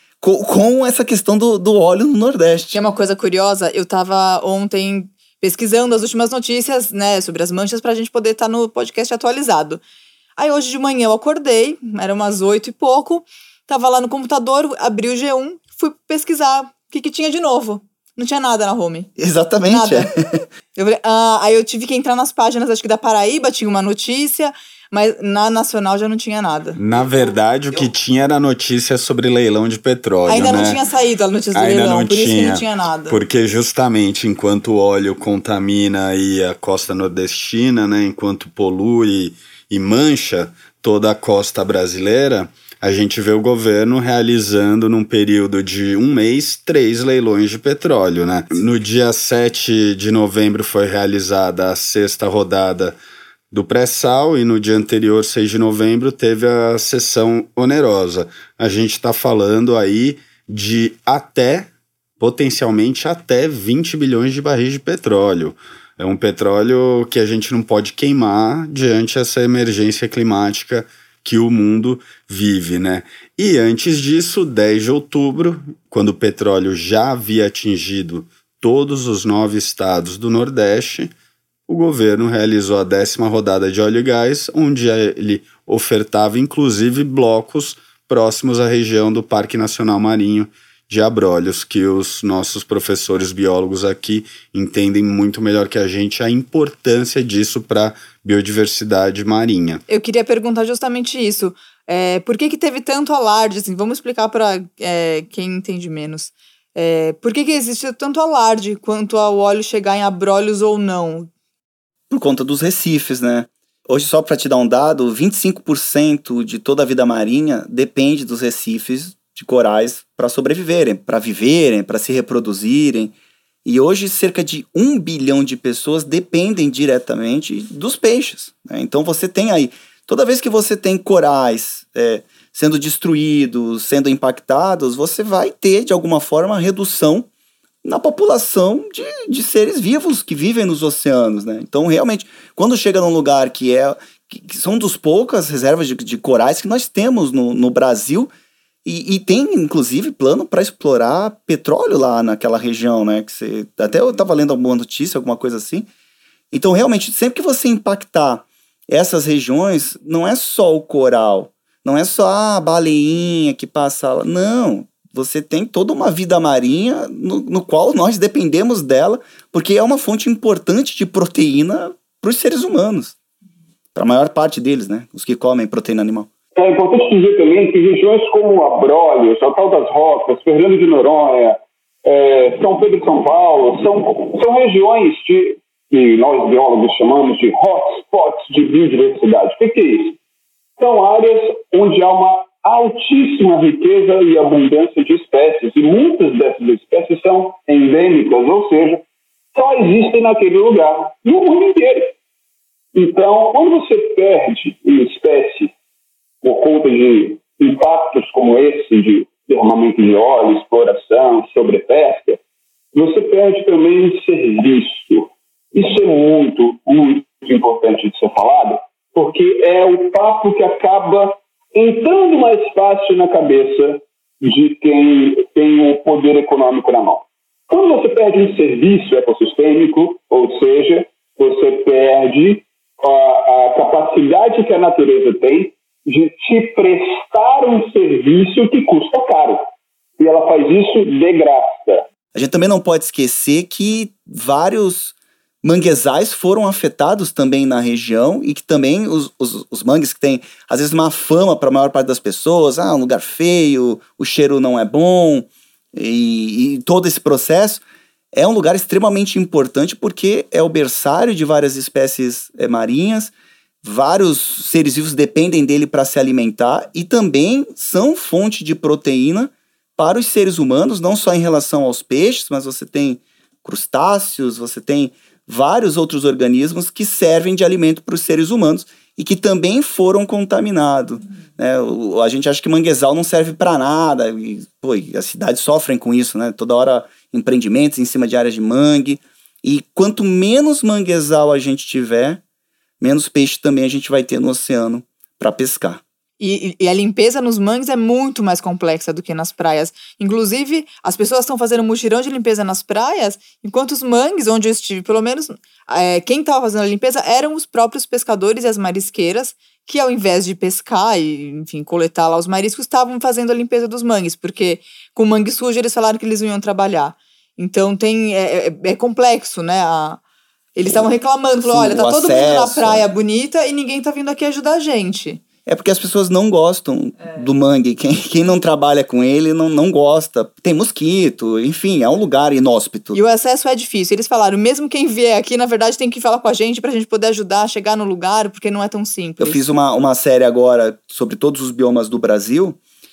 com essa questão do óleo no Nordeste. Que é uma coisa curiosa, eu tava ontem pesquisando as últimas notícias, né, sobre as manchas pra gente poder estar no podcast atualizado. Aí hoje de manhã eu acordei, eram umas 8 e pouco, tava lá no computador, abri o G1, fui pesquisar o que tinha de novo. Não tinha nada na home. Exatamente. Nada. Eu falei, aí eu tive que entrar nas páginas, acho que da Paraíba tinha uma notícia, mas na Nacional já não tinha nada. Na verdade, o que tinha era notícia sobre leilão de petróleo, Ainda né? não tinha saído a notícia do leilão, por isso que não tinha nada. Porque justamente enquanto o óleo contamina aí a costa nordestina, né? Enquanto polui e mancha toda a costa brasileira, a gente vê o governo realizando num período de um mês 3 leilões de petróleo, né? No dia 7 de novembro foi realizada a 6ª rodada do pré-sal e no dia anterior, 6 de novembro, teve a sessão onerosa. A gente está falando aí de potencialmente até 20 bilhões de barris de petróleo. É um petróleo que a gente não pode queimar diante dessa emergência climática que o mundo vive, né? E antes disso, 10 de outubro, quando o petróleo já havia atingido todos os 9 estados do Nordeste, o governo realizou a 10ª rodada de óleo e gás, onde ele ofertava inclusive blocos próximos à região do Parque Nacional Marinho de Abrolhos, que os nossos professores biólogos aqui entendem muito melhor que a gente a importância disso para a biodiversidade marinha. Eu queria perguntar justamente isso. Por que teve tanto alarde? Assim, vamos explicar para quem entende menos. Por que existe tanto alarde quanto ao óleo chegar em abrolhos ou não? Por conta dos recifes, né? Hoje, só para te dar um dado, 25% de toda a vida marinha depende dos recifes de corais para sobreviverem, para viverem, para se reproduzirem. E hoje, cerca de 1 bilhão de pessoas dependem diretamente dos peixes, né? Então, você tem aí, toda vez que você tem corais sendo destruídos, sendo impactados, você vai ter, de alguma forma, redução na população de seres vivos que vivem nos oceanos, né? Então, realmente, quando chega num lugar que são dos poucas reservas de corais que nós temos no Brasil, e tem, inclusive, plano para explorar petróleo lá naquela região, né? Até eu estava lendo alguma notícia, alguma coisa assim. Então, realmente, sempre que você impactar essas regiões, não é só o coral, não é só a baleinha que passa lá, não. Você tem toda uma vida marinha no qual nós dependemos dela, porque é uma fonte importante de proteína para os seres humanos. Para a maior parte deles, né? Os que comem proteína animal. É importante dizer também que regiões como Abrolhos, Alto das Rocas, Fernando de Noronha, São Pedro e São Paulo, são regiões que nós biólogos chamamos de hotspots de biodiversidade. O que é isso? São áreas onde há uma altíssima riqueza e abundância de espécies, e muitas dessas espécies são endêmicas, ou seja, só existem naquele lugar, no mundo inteiro. Então, quando você perde uma espécie por conta de impactos como esse, de derramamento de óleo, exploração, sobrepesca, você perde também o serviço. Isso é muito, muito importante de ser falado, porque é o papo que acaba entrando mais fácil na cabeça de quem tem o poder econômico na mão. Quando você perde um serviço ecossistêmico, ou seja, você perde a capacidade que a natureza tem de te prestar um serviço que custa caro. E ela faz isso de graça. A gente também não pode esquecer que vários manguezais foram afetados também na região e que também os mangues que têm, às vezes, uma fama para a maior parte das pessoas, um lugar feio, o cheiro não é bom, e todo esse processo é um lugar extremamente importante porque é o berçário de várias espécies marinhas, vários seres vivos dependem dele para se alimentar e também são fonte de proteína para os seres humanos, não só em relação aos peixes, mas você tem crustáceos, você tem vários outros organismos que servem de alimento para os seres humanos e que também foram contaminados. Né? A gente acha que manguezal não serve para nada, e as cidades sofrem com isso, né? Toda hora empreendimentos em cima de áreas de mangue, e quanto menos manguezal a gente tiver, menos peixe também a gente vai ter no oceano para pescar. E a limpeza nos mangues é muito mais complexa do que nas praias. Inclusive, as pessoas estão fazendo mutirão de limpeza nas praias, enquanto os mangues, onde eu estive, pelo menos, quem estava fazendo a limpeza eram os próprios pescadores e as marisqueiras, que ao invés de pescar e, enfim, coletar lá os mariscos, estavam fazendo a limpeza dos mangues, porque com mangue sujo eles falaram que eles não iam trabalhar. Então é complexo, né? Eles estavam reclamando, falaram, olha, tá todo mundo na praia bonita e ninguém tá vindo aqui ajudar a gente. É porque as pessoas não gostam do mangue. Quem não trabalha com ele não gosta. Tem mosquito, enfim, é um lugar inóspito. E o acesso é difícil. Eles falaram, mesmo quem vier aqui, na verdade, tem que falar com a gente pra gente poder ajudar a chegar no lugar, porque não é tão simples. Eu fiz uma série agora sobre todos os biomas do Brasil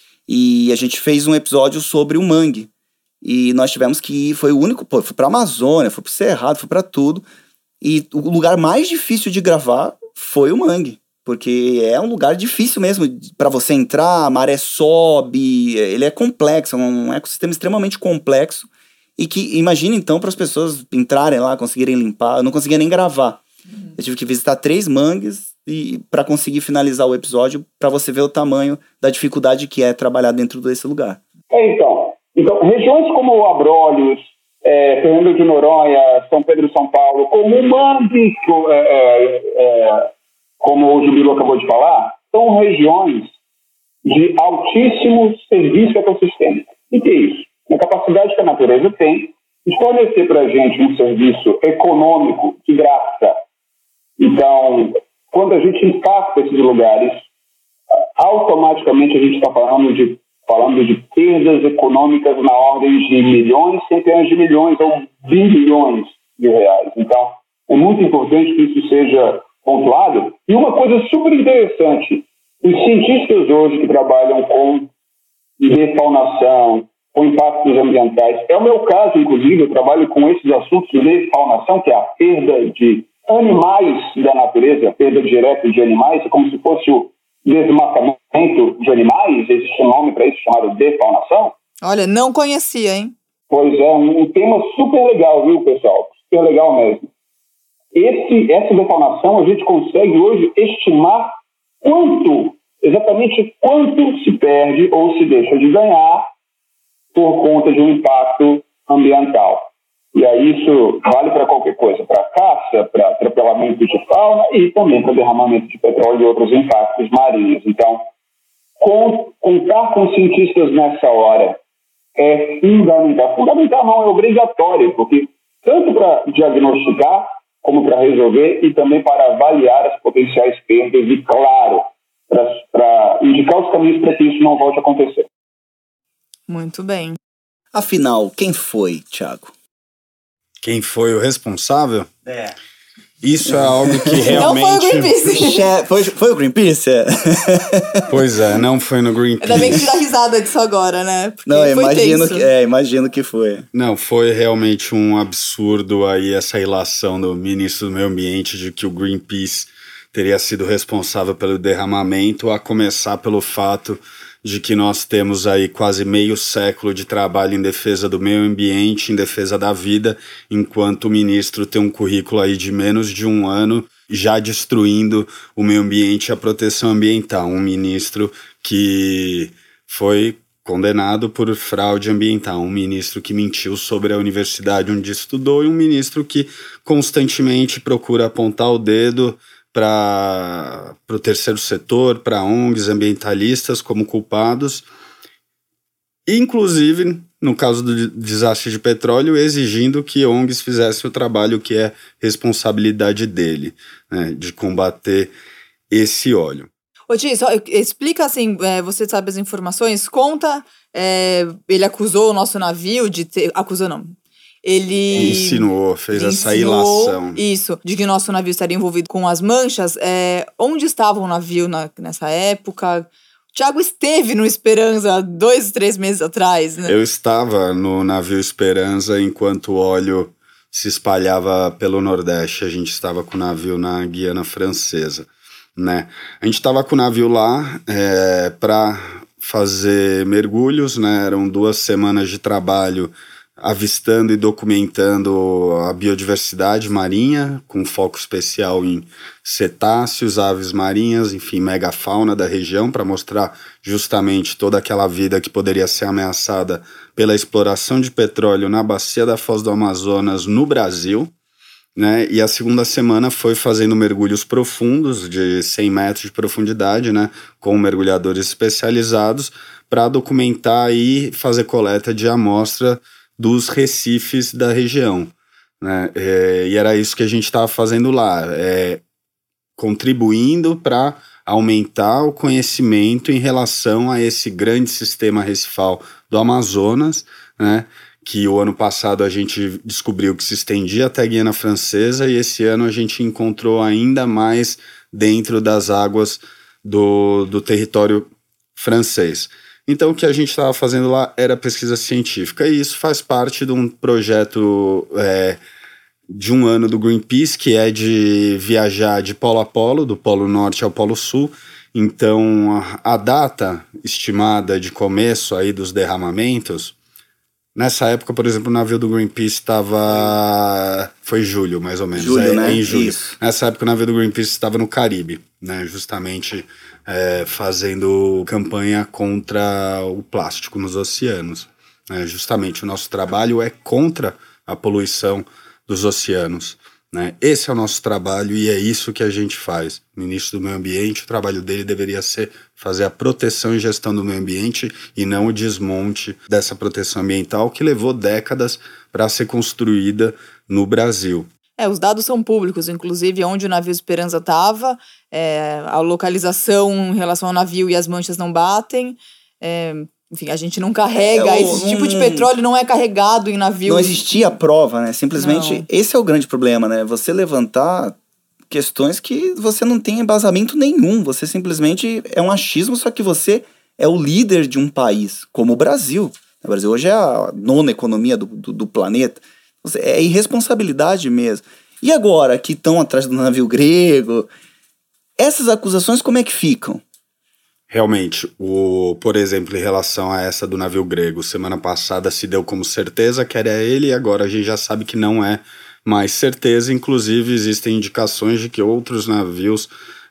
e a gente fez um episódio sobre o mangue. E nós tivemos que ir, foi o único, foi pra Amazônia, foi pro Cerrado, foi pra tudo. E o lugar mais difícil de gravar foi o mangue. Porque é um lugar difícil mesmo para você entrar, a maré sobe, ele é complexo, é um ecossistema extremamente complexo. E que, imagina então, para as pessoas entrarem lá, conseguirem limpar, eu não conseguia nem gravar. Eu tive que visitar 3 mangues para conseguir finalizar o episódio, para você ver o tamanho da dificuldade que é trabalhar dentro desse lugar. Então regiões como Abrolhos, Fernando de Noronha, São Pedro e São Paulo, como o mangue, como o Jubilo acabou de falar, são regiões de altíssimo serviço ecossistêmico. O que é isso? A capacidade que a natureza tem de fornecer para a gente um serviço econômico de graça. Então, quando a gente impacta esses lugares, automaticamente a gente está falando de falando de perdas econômicas na ordem de milhões, centenas de milhões ou bilhões de reais. Então, é muito importante que isso seja pontuado. E uma coisa super interessante, os cientistas hoje que trabalham com defaunação, com impactos ambientais, é o meu caso, inclusive, eu trabalho com esses assuntos de defaunação, que é a perda de animais da natureza, a perda direta de animais, é como se fosse o desmatamento de animais, existe um nome para isso chamado defaunação. Olha, não conhecia, hein? Pois é, um tema super legal, viu, pessoal? Super legal mesmo. Essa defaunação, a gente consegue hoje estimar exatamente quanto se perde ou se deixa de ganhar por conta de um impacto ambiental. E aí isso vale para qualquer coisa, para caça, para atropelamento de fauna e também para derramamento de petróleo e outros impactos marinhos. Então, contar com cientistas nessa hora é fundamental. Fundamental não, é obrigatório, porque tanto para diagnosticar como para resolver e também para avaliar as potenciais perdas e, claro, para indicar os caminhos para que isso não volte a acontecer. Muito bem. Afinal, quem foi, Thiago? Quem foi o responsável? Isso é algo que realmente... Não foi o Greenpeace. Foi o Greenpeace? Pois é, não foi no Greenpeace. Ainda bem que te dá risada disso agora, né? Porque Não, foi imagino que foi. Não, foi realmente um absurdo aí essa ilação do ministro do Meio Ambiente de que o Greenpeace teria sido responsável pelo derramamento, a começar pelo fato de que nós temos aí quase meio século de trabalho em defesa do meio ambiente, em defesa da vida, enquanto o ministro tem um currículo aí de menos de um ano já destruindo o meio ambiente e a proteção ambiental. Um ministro que foi condenado por fraude ambiental, um ministro que mentiu sobre a universidade onde estudou e um ministro que constantemente procura apontar o dedo para o terceiro setor, para ONGs ambientalistas como culpados, inclusive, no caso do desastre de petróleo, exigindo que ONGs fizessem o trabalho que é responsabilidade dele, né, de combater esse óleo. Ô, Ti, só explica assim, você sabe as informações, conta, ele acusou o nosso navio de ter... Acusou não. Ele insinuou, fez essa ilação. Isso, de que o nosso navio estaria envolvido com as manchas. Onde estava o navio nessa época? O Thiago esteve no Esperança 2, 3 meses atrás, né? Eu estava no navio Esperança enquanto o óleo se espalhava pelo Nordeste. A gente estava com o navio na Guiana Francesa, né? A gente estava com o navio lá para fazer mergulhos, né? Eram 2 semanas de trabalho avistando e documentando a biodiversidade marinha, com foco especial em cetáceos, aves marinhas, enfim, megafauna da região, para mostrar justamente toda aquela vida que poderia ser ameaçada pela exploração de petróleo na bacia da Foz do Amazonas, no Brasil, né? E a segunda semana foi fazendo mergulhos profundos, de 100 metros de profundidade, né? Com mergulhadores especializados, para documentar e fazer coleta de amostra dos recifes da região, né? E era isso que a gente estava fazendo lá, contribuindo para aumentar o conhecimento em relação a esse grande sistema recifal do Amazonas, né? Que o ano passado a gente descobriu que se estendia até a Guiana Francesa e esse ano a gente encontrou ainda mais dentro das águas do território francês. Então, o que a gente estava fazendo lá era pesquisa científica, e isso faz parte de um projeto de um ano do Greenpeace, que é de viajar de polo a polo, do Polo Norte ao Polo Sul. Então, a data estimada de começo aí dos derramamentos, nessa época, por exemplo, o navio do Greenpeace foi julho, mais ou menos. Julho, né? Em julho. Isso. Nessa época, o navio do Greenpeace estava no Caribe, né? Justamente fazendo campanha contra o plástico nos oceanos. Justamente o nosso trabalho é contra a poluição dos oceanos, né? Esse é o nosso trabalho e é isso que a gente faz. O ministro do Meio Ambiente, o trabalho dele deveria ser fazer a proteção e gestão do meio ambiente e não o desmonte dessa proteção ambiental que levou décadas para ser construída no Brasil. Os dados são públicos, inclusive onde o navio Esperança estava, a localização em relação ao navio e as manchas não batem. enfim, a gente não carrega, esse tipo de petróleo não é carregado em navios. Não existia prova, né? Simplesmente, Não. esse é o grande problema, né? Você levantar questões que você não tem embasamento nenhum, você simplesmente é um achismo, só que você é o líder de um país, como o Brasil. O Brasil hoje é a 9ª economia do planeta. É irresponsabilidade mesmo. E agora, que estão atrás do navio grego, essas acusações como é que ficam? Realmente, por exemplo, em relação a essa do navio grego, semana passada se deu como certeza que era ele, e agora a gente já sabe que não é mais certeza. Inclusive, existem indicações de que outros navios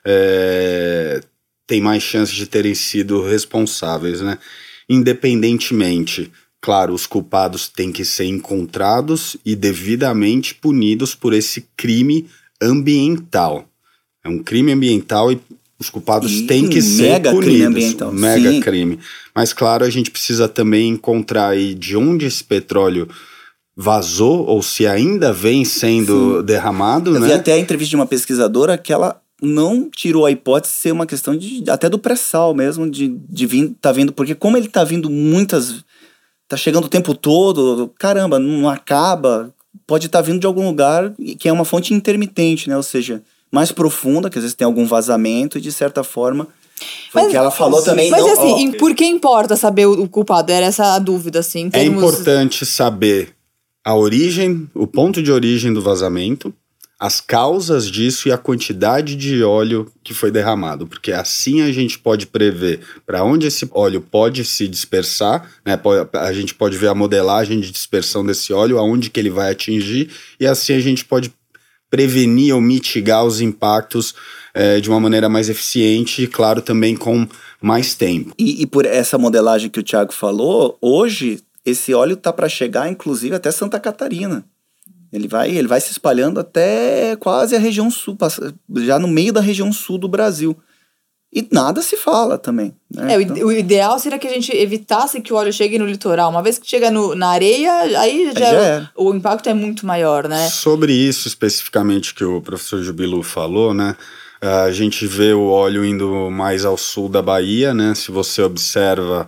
têm mais chances de terem sido responsáveis, né? Independentemente, claro, os culpados têm que ser encontrados e devidamente punidos por esse crime ambiental. É um crime ambiental e os culpados têm que ser punidos. Crime ambiental. Mega Sim. crime. Mas, claro, a gente precisa também encontrar aí de onde esse petróleo vazou ou se ainda vem sendo derramado, Eu né? vi até a entrevista de uma pesquisadora que ela não tirou a hipótese de ser uma questão até do pré-sal mesmo, de vir, tá vindo, porque como ele tá vindo tá chegando o tempo todo, caramba, não acaba, pode estar vindo de algum lugar que é uma fonte intermitente, né? Ou seja, mais profunda, que às vezes tem algum vazamento e de certa forma foi o que ela falou também. Mas assim, por que importa saber o culpado? Era essa a dúvida, assim, em termos... É importante saber a origem, o ponto de origem do vazamento, as causas disso e a quantidade de óleo que foi derramado, porque assim a gente pode prever para onde esse óleo pode se dispersar, né? A gente pode ver a modelagem de dispersão desse óleo, aonde que ele vai atingir, e assim a gente pode prevenir ou mitigar os impactos de uma maneira mais eficiente e, claro, também com mais tempo. E por essa modelagem que o Thiago falou, hoje esse óleo tá para chegar, inclusive, até Santa Catarina. Ele vai se espalhando até quase a região sul, já no meio da região sul do Brasil. E nada se fala também, né? O ideal seria que a gente evitasse que o óleo chegue no litoral. Uma vez que chega na areia, aí já o impacto é muito maior, né? Sobre isso especificamente que o professor Jubilu falou, né? A gente vê o óleo indo mais ao sul da Bahia, né? Se você observa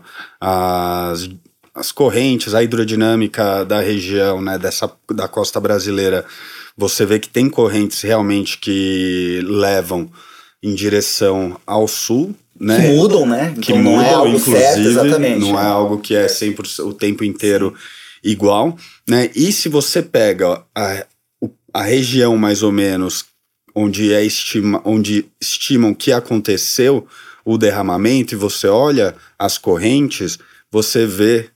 as correntes, a hidrodinâmica da região, né, da costa brasileira, você vê que tem correntes realmente que levam em direção ao sul, né? Que mudam, né? Que então mudam, não é algo certo, exatamente. Não é algo que é 100% o tempo inteiro igual, né? E se você pega a região mais ou menos onde estimam que aconteceu o derramamento e você olha as correntes, você vê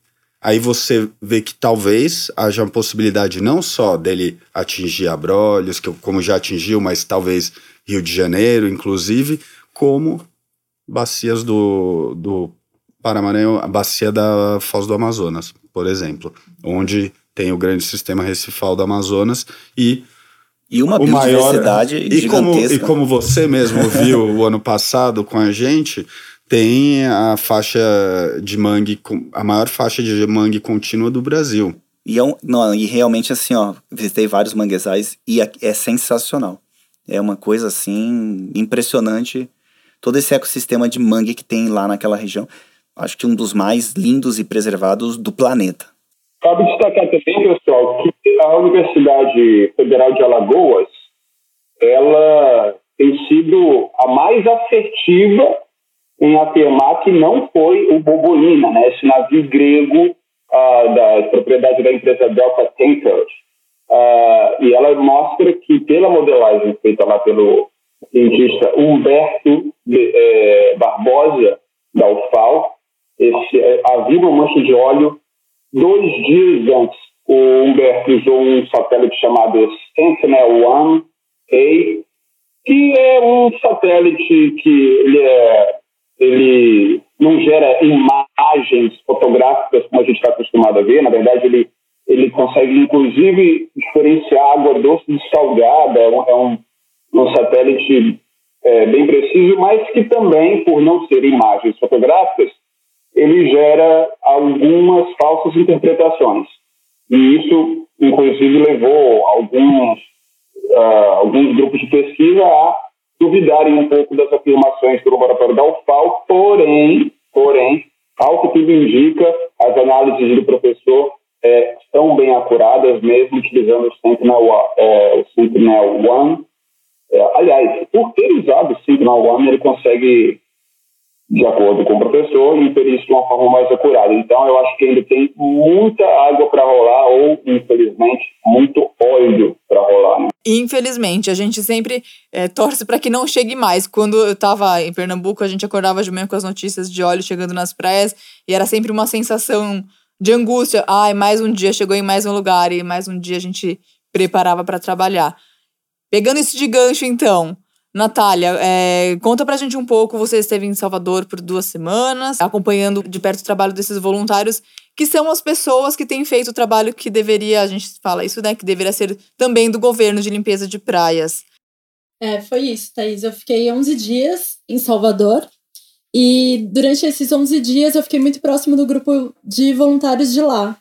que talvez haja uma possibilidade não só dele atingir Abrolhos, como já atingiu, mas talvez Rio de Janeiro, inclusive, como bacias do Paramaranhão, a bacia da Foz do Amazonas, por exemplo, onde tem o grande sistema recifal do Amazonas e uma biodiversidade gigantesca. E como você mesmo viu o ano passado com a gente, tem a faixa de mangue, a maior faixa de mangue contínua do Brasil. E realmente assim, visitei vários manguezais e é sensacional. É uma coisa assim, impressionante. Todo esse ecossistema de mangue que tem lá naquela região. Acho que um dos mais lindos e preservados do planeta. Cabe destacar também, pessoal, que a Universidade Federal de Alagoas, ela tem sido a mais assertiva em afirmar que não foi o Bobolina, né, esse navio grego da propriedade da empresa Delta Tankers. E ela mostra que, pela modelagem feita lá pelo cientista Humberto Barbosa, da UFAL, havia uma mancha de óleo 2 dias antes. O Humberto usou um satélite chamado Sentinel-1A, que é um satélite que ele não gera imagens fotográficas como a gente está acostumado a ver. Na verdade, ele consegue, inclusive, diferenciar água doce de salgada. É um satélite bem preciso, mas que também, por não ser imagens fotográficas, ele gera algumas falsas interpretações. E isso, inclusive, levou alguns grupos de pesquisa a duvidarem um pouco das afirmações do laboratório da UFAL, porém, Ao que tudo indica, as análises do professor estão bem acuradas, mesmo utilizando o Sentinel-1. Aliás, por ter usado o Sentinel-1, ele consegue, de acordo com o professor, inferir isso de uma forma mais acurada. Então, eu acho que ainda tem muita água para rolar ou, infelizmente, muito óleo para rolar, né? Infelizmente, a gente sempre torce para que não chegue mais. Quando eu estava em Pernambuco, a gente acordava de manhã com as notícias de óleo chegando nas praias e era sempre uma sensação de angústia. Ai, mais um dia, chegou em mais um lugar e mais um dia a gente preparava para trabalhar. Pegando isso de gancho, então, Natália, conta pra gente um pouco. Você esteve em Salvador por 2 semanas, acompanhando de perto o trabalho desses voluntários, que são as pessoas que têm feito o trabalho que deveria, a gente fala isso, né, que deveria ser também do governo de limpeza de praias. Foi isso, Thaís. Eu fiquei 11 dias em Salvador e durante esses 11 dias eu fiquei muito próximo do grupo de voluntários de lá.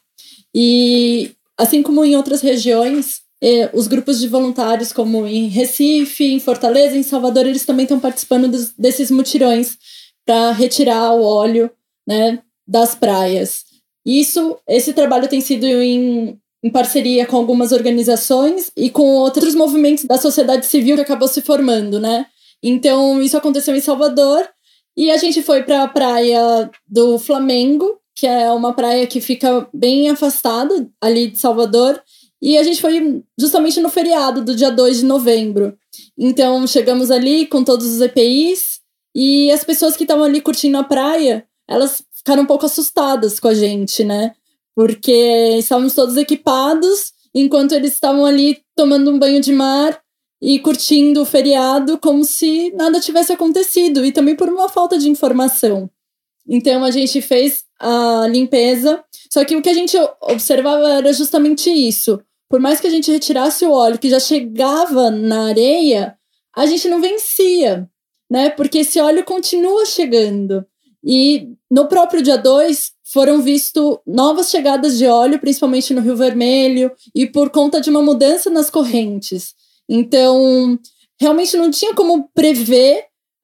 E assim como em outras regiões, os grupos de voluntários, como em Recife, em Fortaleza, em Salvador, eles também estão participando desses mutirões para retirar o óleo, né, das praias. Esse trabalho tem sido em parceria com algumas organizações e com outros movimentos da sociedade civil que acabou se formando, né? Então, isso aconteceu em Salvador e a gente foi para a praia do Flamengo, que é uma praia que fica bem afastada ali de Salvador. E a gente foi justamente no feriado do dia 2 de novembro. Então, chegamos ali com todos os EPIs e as pessoas que estavam ali curtindo a praia, elas ficaram um pouco assustadas com a gente, né? Porque estávamos todos equipados, enquanto eles estavam ali tomando um banho de mar e curtindo o feriado como se nada tivesse acontecido. E também por uma falta de informação. Então, a gente fez a limpeza. Só que o que a gente observava era justamente isso. Por mais que a gente retirasse o óleo que já chegava na areia, a gente não vencia, né? Porque esse óleo continua chegando. E no próprio dia 2, foram vistas novas chegadas de óleo, principalmente no Rio Vermelho, e por conta de uma mudança nas correntes. Então, realmente não tinha como prever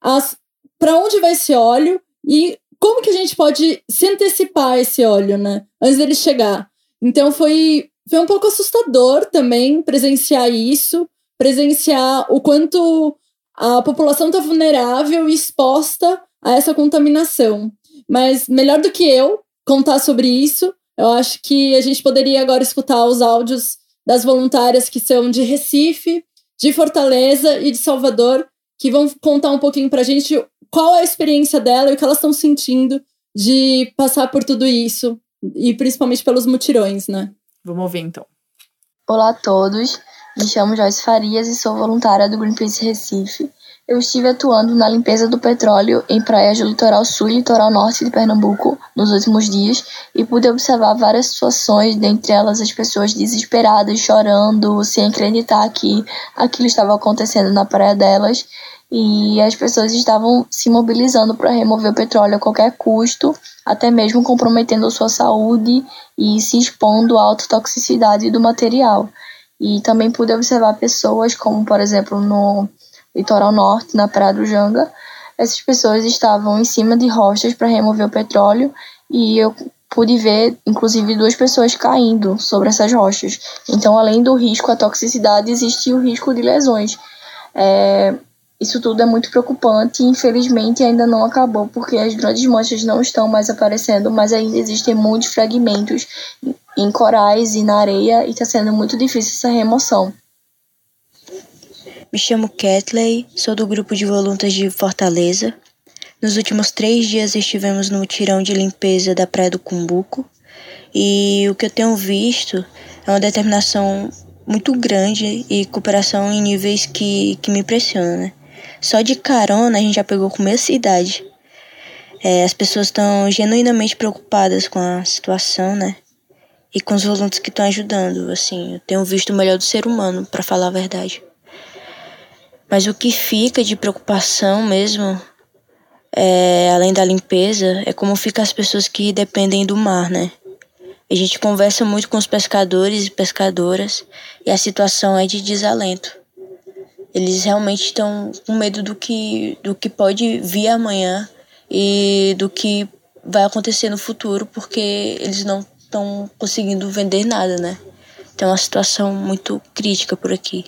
para onde vai esse óleo e como que a gente pode se antecipar a esse óleo, né? Antes dele chegar. Então, foi um pouco assustador também presenciar isso, presenciar o quanto a população está vulnerável e exposta a essa contaminação. Mas melhor do que eu contar sobre isso, eu acho que a gente poderia agora escutar os áudios das voluntárias que são de Recife, de Fortaleza e de Salvador, que vão contar um pouquinho pra gente qual é a experiência dela e o que elas estão sentindo de passar por tudo isso, e principalmente pelos mutirões, né? Vamos ouvir, então. Olá a todos, me chamo Joyce Farias e sou voluntária do Greenpeace Recife. Eu estive atuando na limpeza do petróleo em praias do litoral sul e litoral norte de Pernambuco nos últimos dias e pude observar várias situações, dentre elas as pessoas desesperadas, chorando, sem acreditar que aquilo estava acontecendo na praia delas, e as pessoas estavam se mobilizando para remover o petróleo a qualquer custo, até mesmo comprometendo sua saúde e se expondo à autotoxicidade do material. E também pude observar pessoas como, por exemplo, no litoral norte, na Praia do Janga, essas pessoas estavam em cima de rochas para remover o petróleo e eu pude ver, inclusive, 2 pessoas caindo sobre essas rochas. Então, além do risco à toxicidade, existe o risco de lesões. Isso tudo é muito preocupante e, infelizmente, ainda não acabou, porque as grandes manchas não estão mais aparecendo, mas ainda existem muitos fragmentos em corais e na areia e está sendo muito difícil essa remoção. Me chamo Kathleen, sou do grupo de voluntas de Fortaleza. Nos últimos 3 dias estivemos no mutirão de limpeza da Praia do Cumbuco e o que eu tenho visto é uma determinação muito grande e cooperação em níveis que me impressionam, né? Só de carona a gente já pegou com meia cidade. As pessoas estão genuinamente preocupadas com a situação, né? E com os voluntários que estão ajudando, assim, eu tenho visto o melhor do ser humano, para falar a verdade. Mas o que fica de preocupação mesmo, além da limpeza, é como ficam as pessoas que dependem do mar, né? A gente conversa muito com os pescadores e pescadoras e a situação é de desalento. Eles realmente estão com medo do que pode vir amanhã e do que vai acontecer no futuro, porque eles não estão conseguindo vender nada, né? Tem uma situação muito crítica por aqui.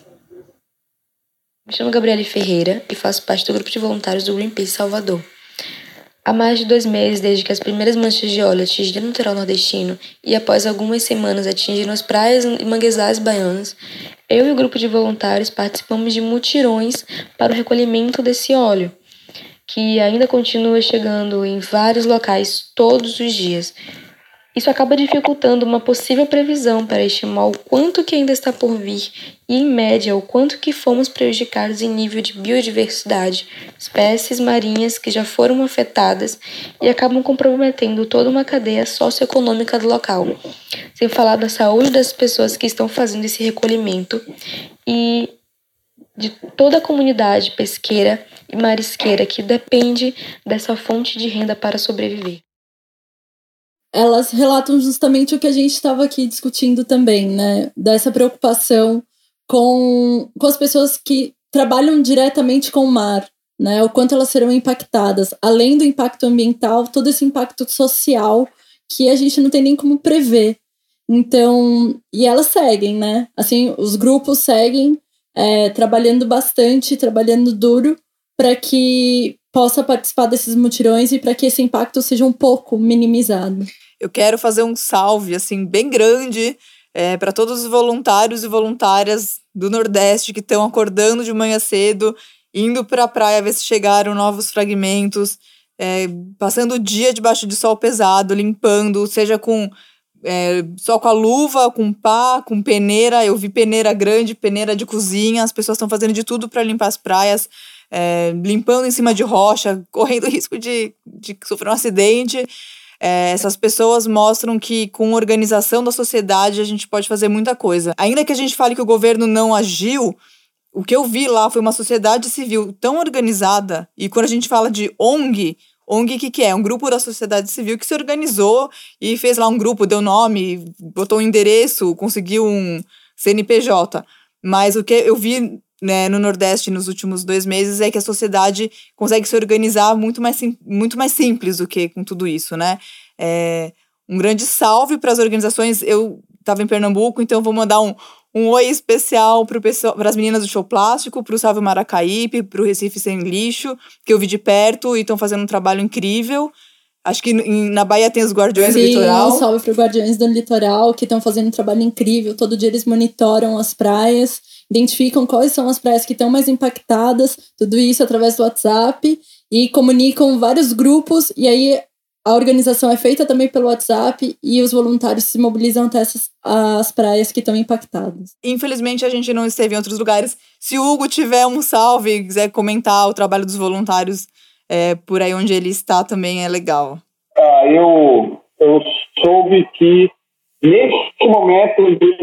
Me chamo Gabriele Ferreira e faço parte do grupo de voluntários do Greenpeace Salvador. Há mais de 2 meses, desde que as primeiras manchas de óleo atingiram o litoral nordestino e após algumas semanas atingiram as praias e manguezais baianos, eu e o grupo de voluntários participamos de mutirões para o recolhimento desse óleo, que ainda continua chegando em vários locais todos os dias. Isso acaba dificultando uma possível previsão para estimar o quanto que ainda está por vir e, em média, o quanto que fomos prejudicados em nível de biodiversidade, espécies marinhas que já foram afetadas e acabam comprometendo toda uma cadeia socioeconômica do local. Sem falar da saúde das pessoas que estão fazendo esse recolhimento e de toda a comunidade pesqueira e marisqueira que depende dessa fonte de renda para sobreviver. Elas relatam justamente o que a gente estava aqui discutindo também, né? Dessa preocupação com as pessoas que trabalham diretamente com o mar, né? O quanto elas serão impactadas. Além do impacto ambiental, todo esse impacto social que a gente não tem nem como prever. Então, e elas seguem, né? Assim, os grupos seguem trabalhando bastante, trabalhando duro para que possa participar desses mutirões e para que esse impacto seja um pouco minimizado. Eu quero fazer um salve, assim, bem grande para todos os voluntários e voluntárias do Nordeste que estão acordando de manhã cedo, indo para a praia ver se chegaram novos fragmentos, passando o dia debaixo de sol pesado, limpando, seja só com a luva, com pá, com peneira. Eu vi peneira grande, peneira de cozinha, as pessoas estão fazendo de tudo para limpar as praias, limpando em cima de rocha, correndo risco de sofrer um acidente. Essas pessoas mostram que com organização da sociedade a gente pode fazer muita coisa. Ainda que a gente fale que o governo não agiu, o que eu vi lá foi uma sociedade civil tão organizada. E quando a gente fala de ONG, o que é? Um grupo da sociedade civil que se organizou e fez lá um grupo, deu nome, botou um endereço, conseguiu um CNPJ. Mas o que eu vi, né, no Nordeste nos últimos 2 meses é que a sociedade consegue se organizar muito mais simples do que com tudo isso, né? Um grande salve para as organizações. Eu estava em Pernambuco, então vou mandar um oi especial para as meninas do Show Plástico, para o Salve Maracaípe, para o Recife Sem Lixo, que eu vi de perto e estão fazendo um trabalho incrível. Acho que na Bahia tem os Guardiões do Litoral. Sim, um salve para os Guardiões do Litoral, que estão fazendo um trabalho incrível. Todo dia eles monitoram as praias, identificam quais são as praias que estão mais impactadas, tudo isso através do WhatsApp, e comunicam vários grupos, e aí a organização é feita também pelo WhatsApp e os voluntários se mobilizam até as praias que estão impactadas. Infelizmente a gente não esteve em outros lugares. Se o Hugo tiver um salve e quiser comentar o trabalho dos voluntários por aí onde ele está, também é legal. Eu soube que neste momento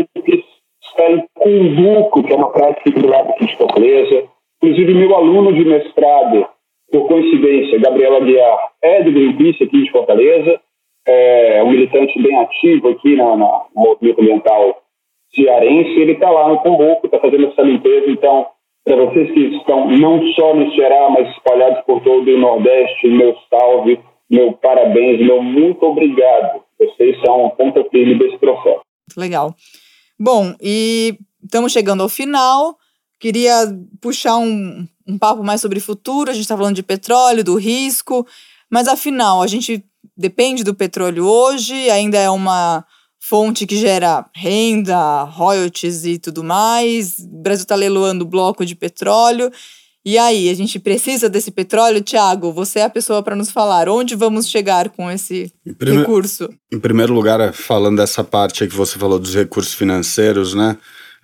está em Cumbuco, que é uma praia que fica do lado aqui de Fortaleza. Inclusive, meu aluno de mestrado, por coincidência, Gabriel Aguiar, é do Greenpeace aqui de Fortaleza, é um militante bem ativo aqui no movimento ambiental cearense. Ele está lá no Cumbuco, está fazendo essa limpeza. Então, para vocês que estão não só no Ceará, mas espalhados por todo o Nordeste, meu salve, meu parabéns, meu muito obrigado. Vocês são um ponta firme desse processo. Legal. Bom, e estamos chegando ao final. Queria puxar um papo mais sobre futuro. A gente está falando de petróleo, do risco, mas afinal, a gente depende do petróleo hoje, ainda é uma fonte que gera renda, royalties e tudo mais. O Brasil está leiloando bloco de petróleo. E aí, a gente precisa desse petróleo? Tiago, você é a pessoa para nos falar. Onde vamos chegar com esse recurso? Em primeiro lugar, falando dessa parte aí que você falou dos recursos financeiros, né?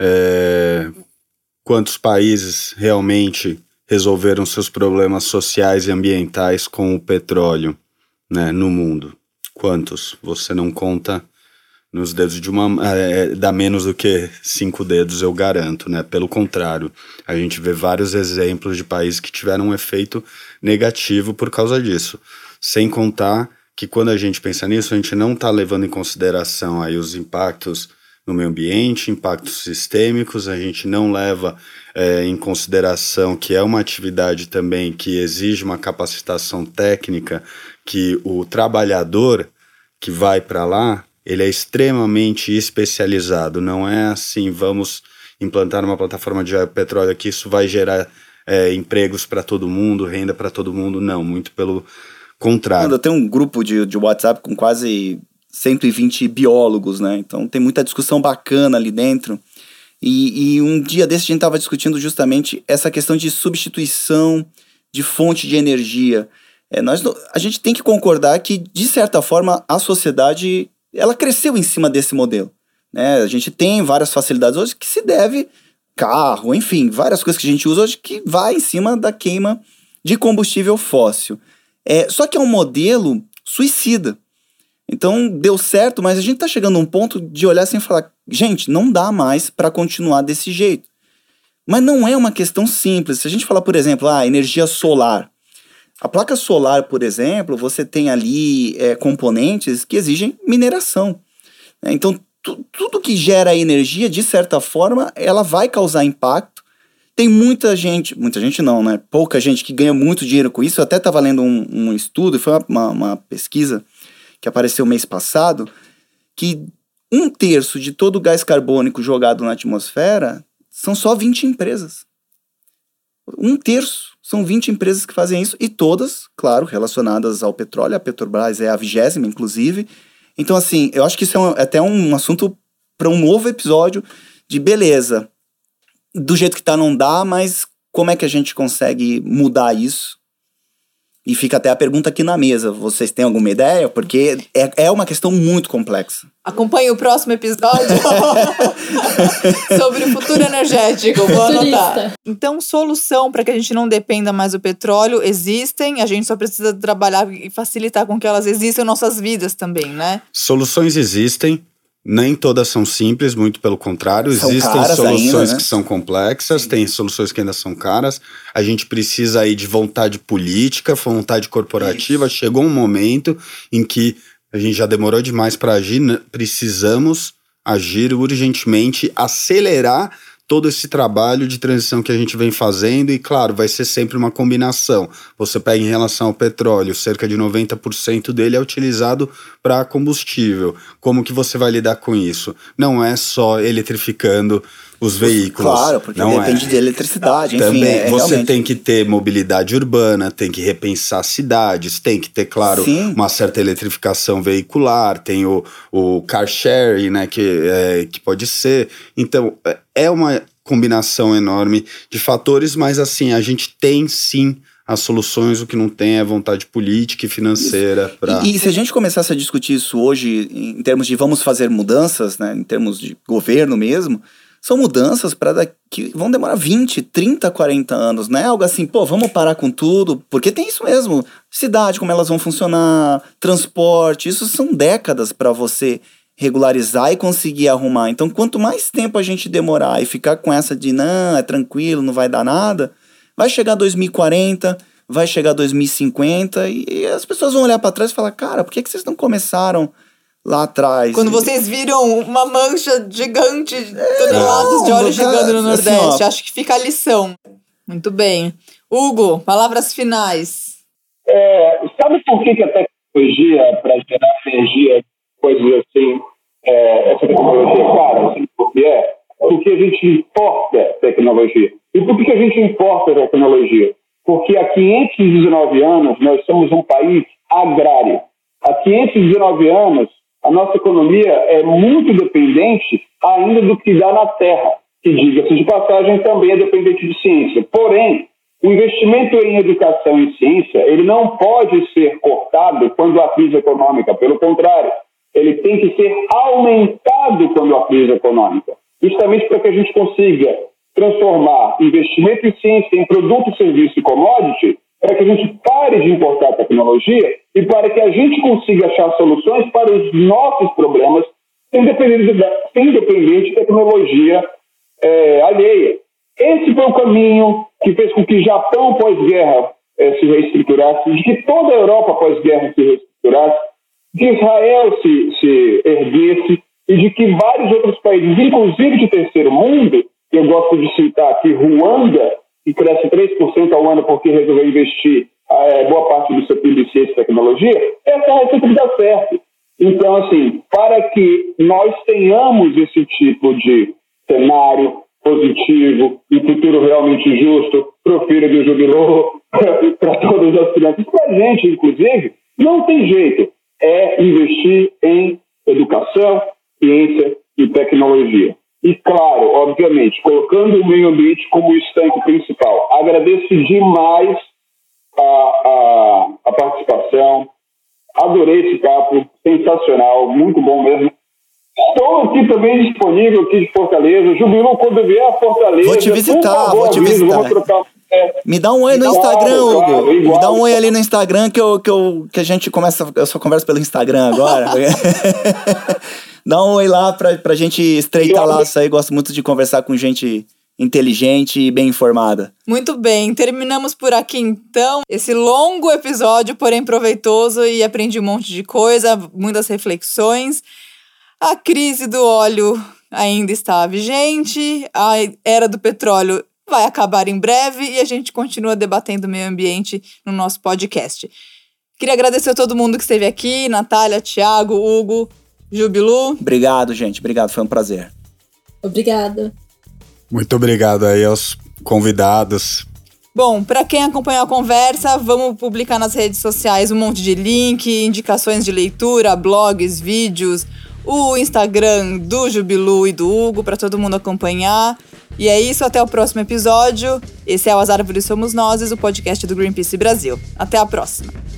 Quantos países realmente resolveram seus problemas sociais e ambientais com o petróleo, né, no mundo? Quantos? Você não conta nos dedos de uma... dá menos do que 5 dedos, eu garanto, né? Pelo contrário, a gente vê vários exemplos de países que tiveram um efeito negativo por causa disso. Sem contar que quando a gente pensa nisso, a gente não está levando em consideração aí os impactos no meio ambiente, impactos sistêmicos, a gente não leva em consideração que é uma atividade também que exige uma capacitação técnica, que o trabalhador que vai para lá, ele é extremamente especializado, não é assim, vamos implantar uma plataforma de petróleo aqui, isso vai gerar empregos para todo mundo, renda para todo mundo, não, muito pelo contrário. Eu tenho um grupo de WhatsApp com quase 120 biólogos, né? Então tem muita discussão bacana ali dentro. E um dia desse a gente estava discutindo justamente essa questão de substituição de fonte de energia. A gente tem que concordar que, de certa forma, a sociedade ela cresceu em cima desse modelo, né? A gente tem várias facilidades hoje que se deve carro, enfim, várias coisas que a gente usa hoje que vai em cima da queima de combustível fóssil. Só que é um modelo suicida. Então, deu certo, mas a gente está chegando a um ponto de olhar assim e falar, gente, não dá mais para continuar desse jeito. Mas não é uma questão simples. Se a gente falar, por exemplo, energia solar. A placa solar, por exemplo, você tem ali componentes que exigem mineração. Então, tudo que gera energia, de certa forma, ela vai causar impacto. Tem muita gente não, né? Pouca gente que ganha muito dinheiro com isso. Eu até estava lendo um estudo, foi uma pesquisa que apareceu mês passado, que 1/3 de todo o gás carbônico jogado na atmosfera são só 20 empresas. 1/3 são 20 empresas que fazem isso, e todas, claro, relacionadas ao petróleo. A Petrobras é a 20ª, inclusive. Então, assim, eu acho que isso é até um assunto para um novo episódio de beleza. Do jeito que tá não dá, mas como é que a gente consegue mudar isso? E fica até a pergunta aqui na mesa. Vocês têm alguma ideia? Porque é uma questão muito complexa. Acompanhe o próximo episódio sobre o futuro energético. Vou anotar. Então, solução para que a gente não dependa mais do petróleo existem. A gente só precisa trabalhar e facilitar com que elas existam em nossas vidas também, né? Soluções existem. Nem todas são simples, muito pelo contrário. Existem soluções ainda, né? Que são complexas, tem soluções que ainda são caras. A gente precisa aí de vontade política, vontade corporativa. Isso. Chegou um momento em que a gente já demorou demais para agir, precisamos agir urgentemente, acelerar todo esse trabalho de transição que a gente vem fazendo. E claro, vai ser sempre uma combinação. Você pega em relação ao petróleo, cerca de 90% dele é utilizado para combustível. Como que você vai lidar com isso? Não é só eletrificando os veículos. Claro, porque não depende de eletricidade. Enfim, também você realmente tem que ter mobilidade urbana, tem que repensar cidades, tem que ter, claro, uma certa eletrificação veicular, tem o car sharing, né, que pode ser. Então, é uma combinação enorme de fatores, mas assim, a gente tem sim as soluções, o que não tem é vontade política e financeira. E se a gente começasse a discutir isso hoje em termos de vamos fazer mudanças, né, em termos de governo mesmo, são mudanças que vão demorar 20, 30, 40 anos, não é algo assim, vamos parar com tudo, porque tem isso mesmo, cidade, como elas vão funcionar, transporte, isso são décadas para você regularizar e conseguir arrumar. Então, quanto mais tempo a gente demorar e ficar com essa de, não, é tranquilo, não vai dar nada, vai chegar 2040, vai chegar 2050 e as pessoas vão olhar para trás e falar, cara, por que vocês não começaram lá atrás? Quando vocês viram uma mancha gigante de toneladas de óleo chegando no Nordeste, assim, acho que fica a lição. Muito bem. Hugo, palavras finais. Sabe por que a tecnologia para gerar energia, coisas assim, essa tecnologia é cara? Sabe por que é? Porque a gente importa tecnologia. E por que a gente importa tecnologia? Porque há 519 anos nós somos um país agrário. Há 519 anos a nossa economia é muito dependente ainda do que dá na terra, que, diga-se de passagem, também é dependente de ciência. Porém, o investimento em educação e ciência, ele não pode ser cortado quando há crise econômica. Pelo contrário, ele tem que ser aumentado quando há crise econômica. Justamente para que a gente consiga transformar investimento em ciência em produto, serviço e commodity, para que a gente pare de importar tecnologia e para que a gente consiga achar soluções para os nossos problemas sem depender de tecnologia alheia. Esse foi o caminho que fez com que Japão pós-guerra se reestruturasse, de que toda a Europa pós-guerra se reestruturasse, que Israel se erguesse, e de que vários outros países, inclusive de terceiro mundo, eu gosto de citar aqui Ruanda, que cresce 3% ao ano porque resolveu investir boa parte do seu PIB em ciência e tecnologia, essa é a receita que dá certo. Então, assim, para que nós tenhamos esse tipo de cenário positivo e futuro realmente justo para o filho do Jubilô, para todas as crianças, para a gente, inclusive, não tem jeito. É investir em educação, ciência e tecnologia. E, claro, obviamente, colocando o meio ambiente como estanque principal. Agradeço demais a participação. Adorei esse papo, sensacional, muito bom mesmo. Estou aqui também disponível aqui de Fortaleza. Jubilô, quando vier a Fortaleza... Vou te visitar. Vamos trocar... Me dá um oi no Instagram, Hugo. Me dá um oi ali no Instagram que a gente começa... Eu só converso pelo Instagram agora. Dá um oi lá pra gente estreitar laço aí. Gosto muito de conversar com gente inteligente e bem informada. Muito bem, terminamos por aqui então esse longo episódio, porém proveitoso, e aprendi um monte de coisa, muitas reflexões. A crise do óleo ainda está vigente, a era do petróleo vai acabar em breve e a gente continua debatendo o meio ambiente no nosso podcast. Queria agradecer a todo mundo que esteve aqui, Natália, Thiago, Hugo, Jubilô. Obrigado, gente. Obrigado, foi um prazer. Obrigada. Muito obrigado aí aos convidados. Bom, para quem acompanhou a conversa, vamos publicar nas redes sociais um monte de link, indicações de leitura, blogs, vídeos, o Instagram do Jubilô e do Hugo para todo mundo acompanhar. E é isso, até o próximo episódio. Esse é o As Árvores Somos Nós, o podcast do Greenpeace Brasil. Até a próxima.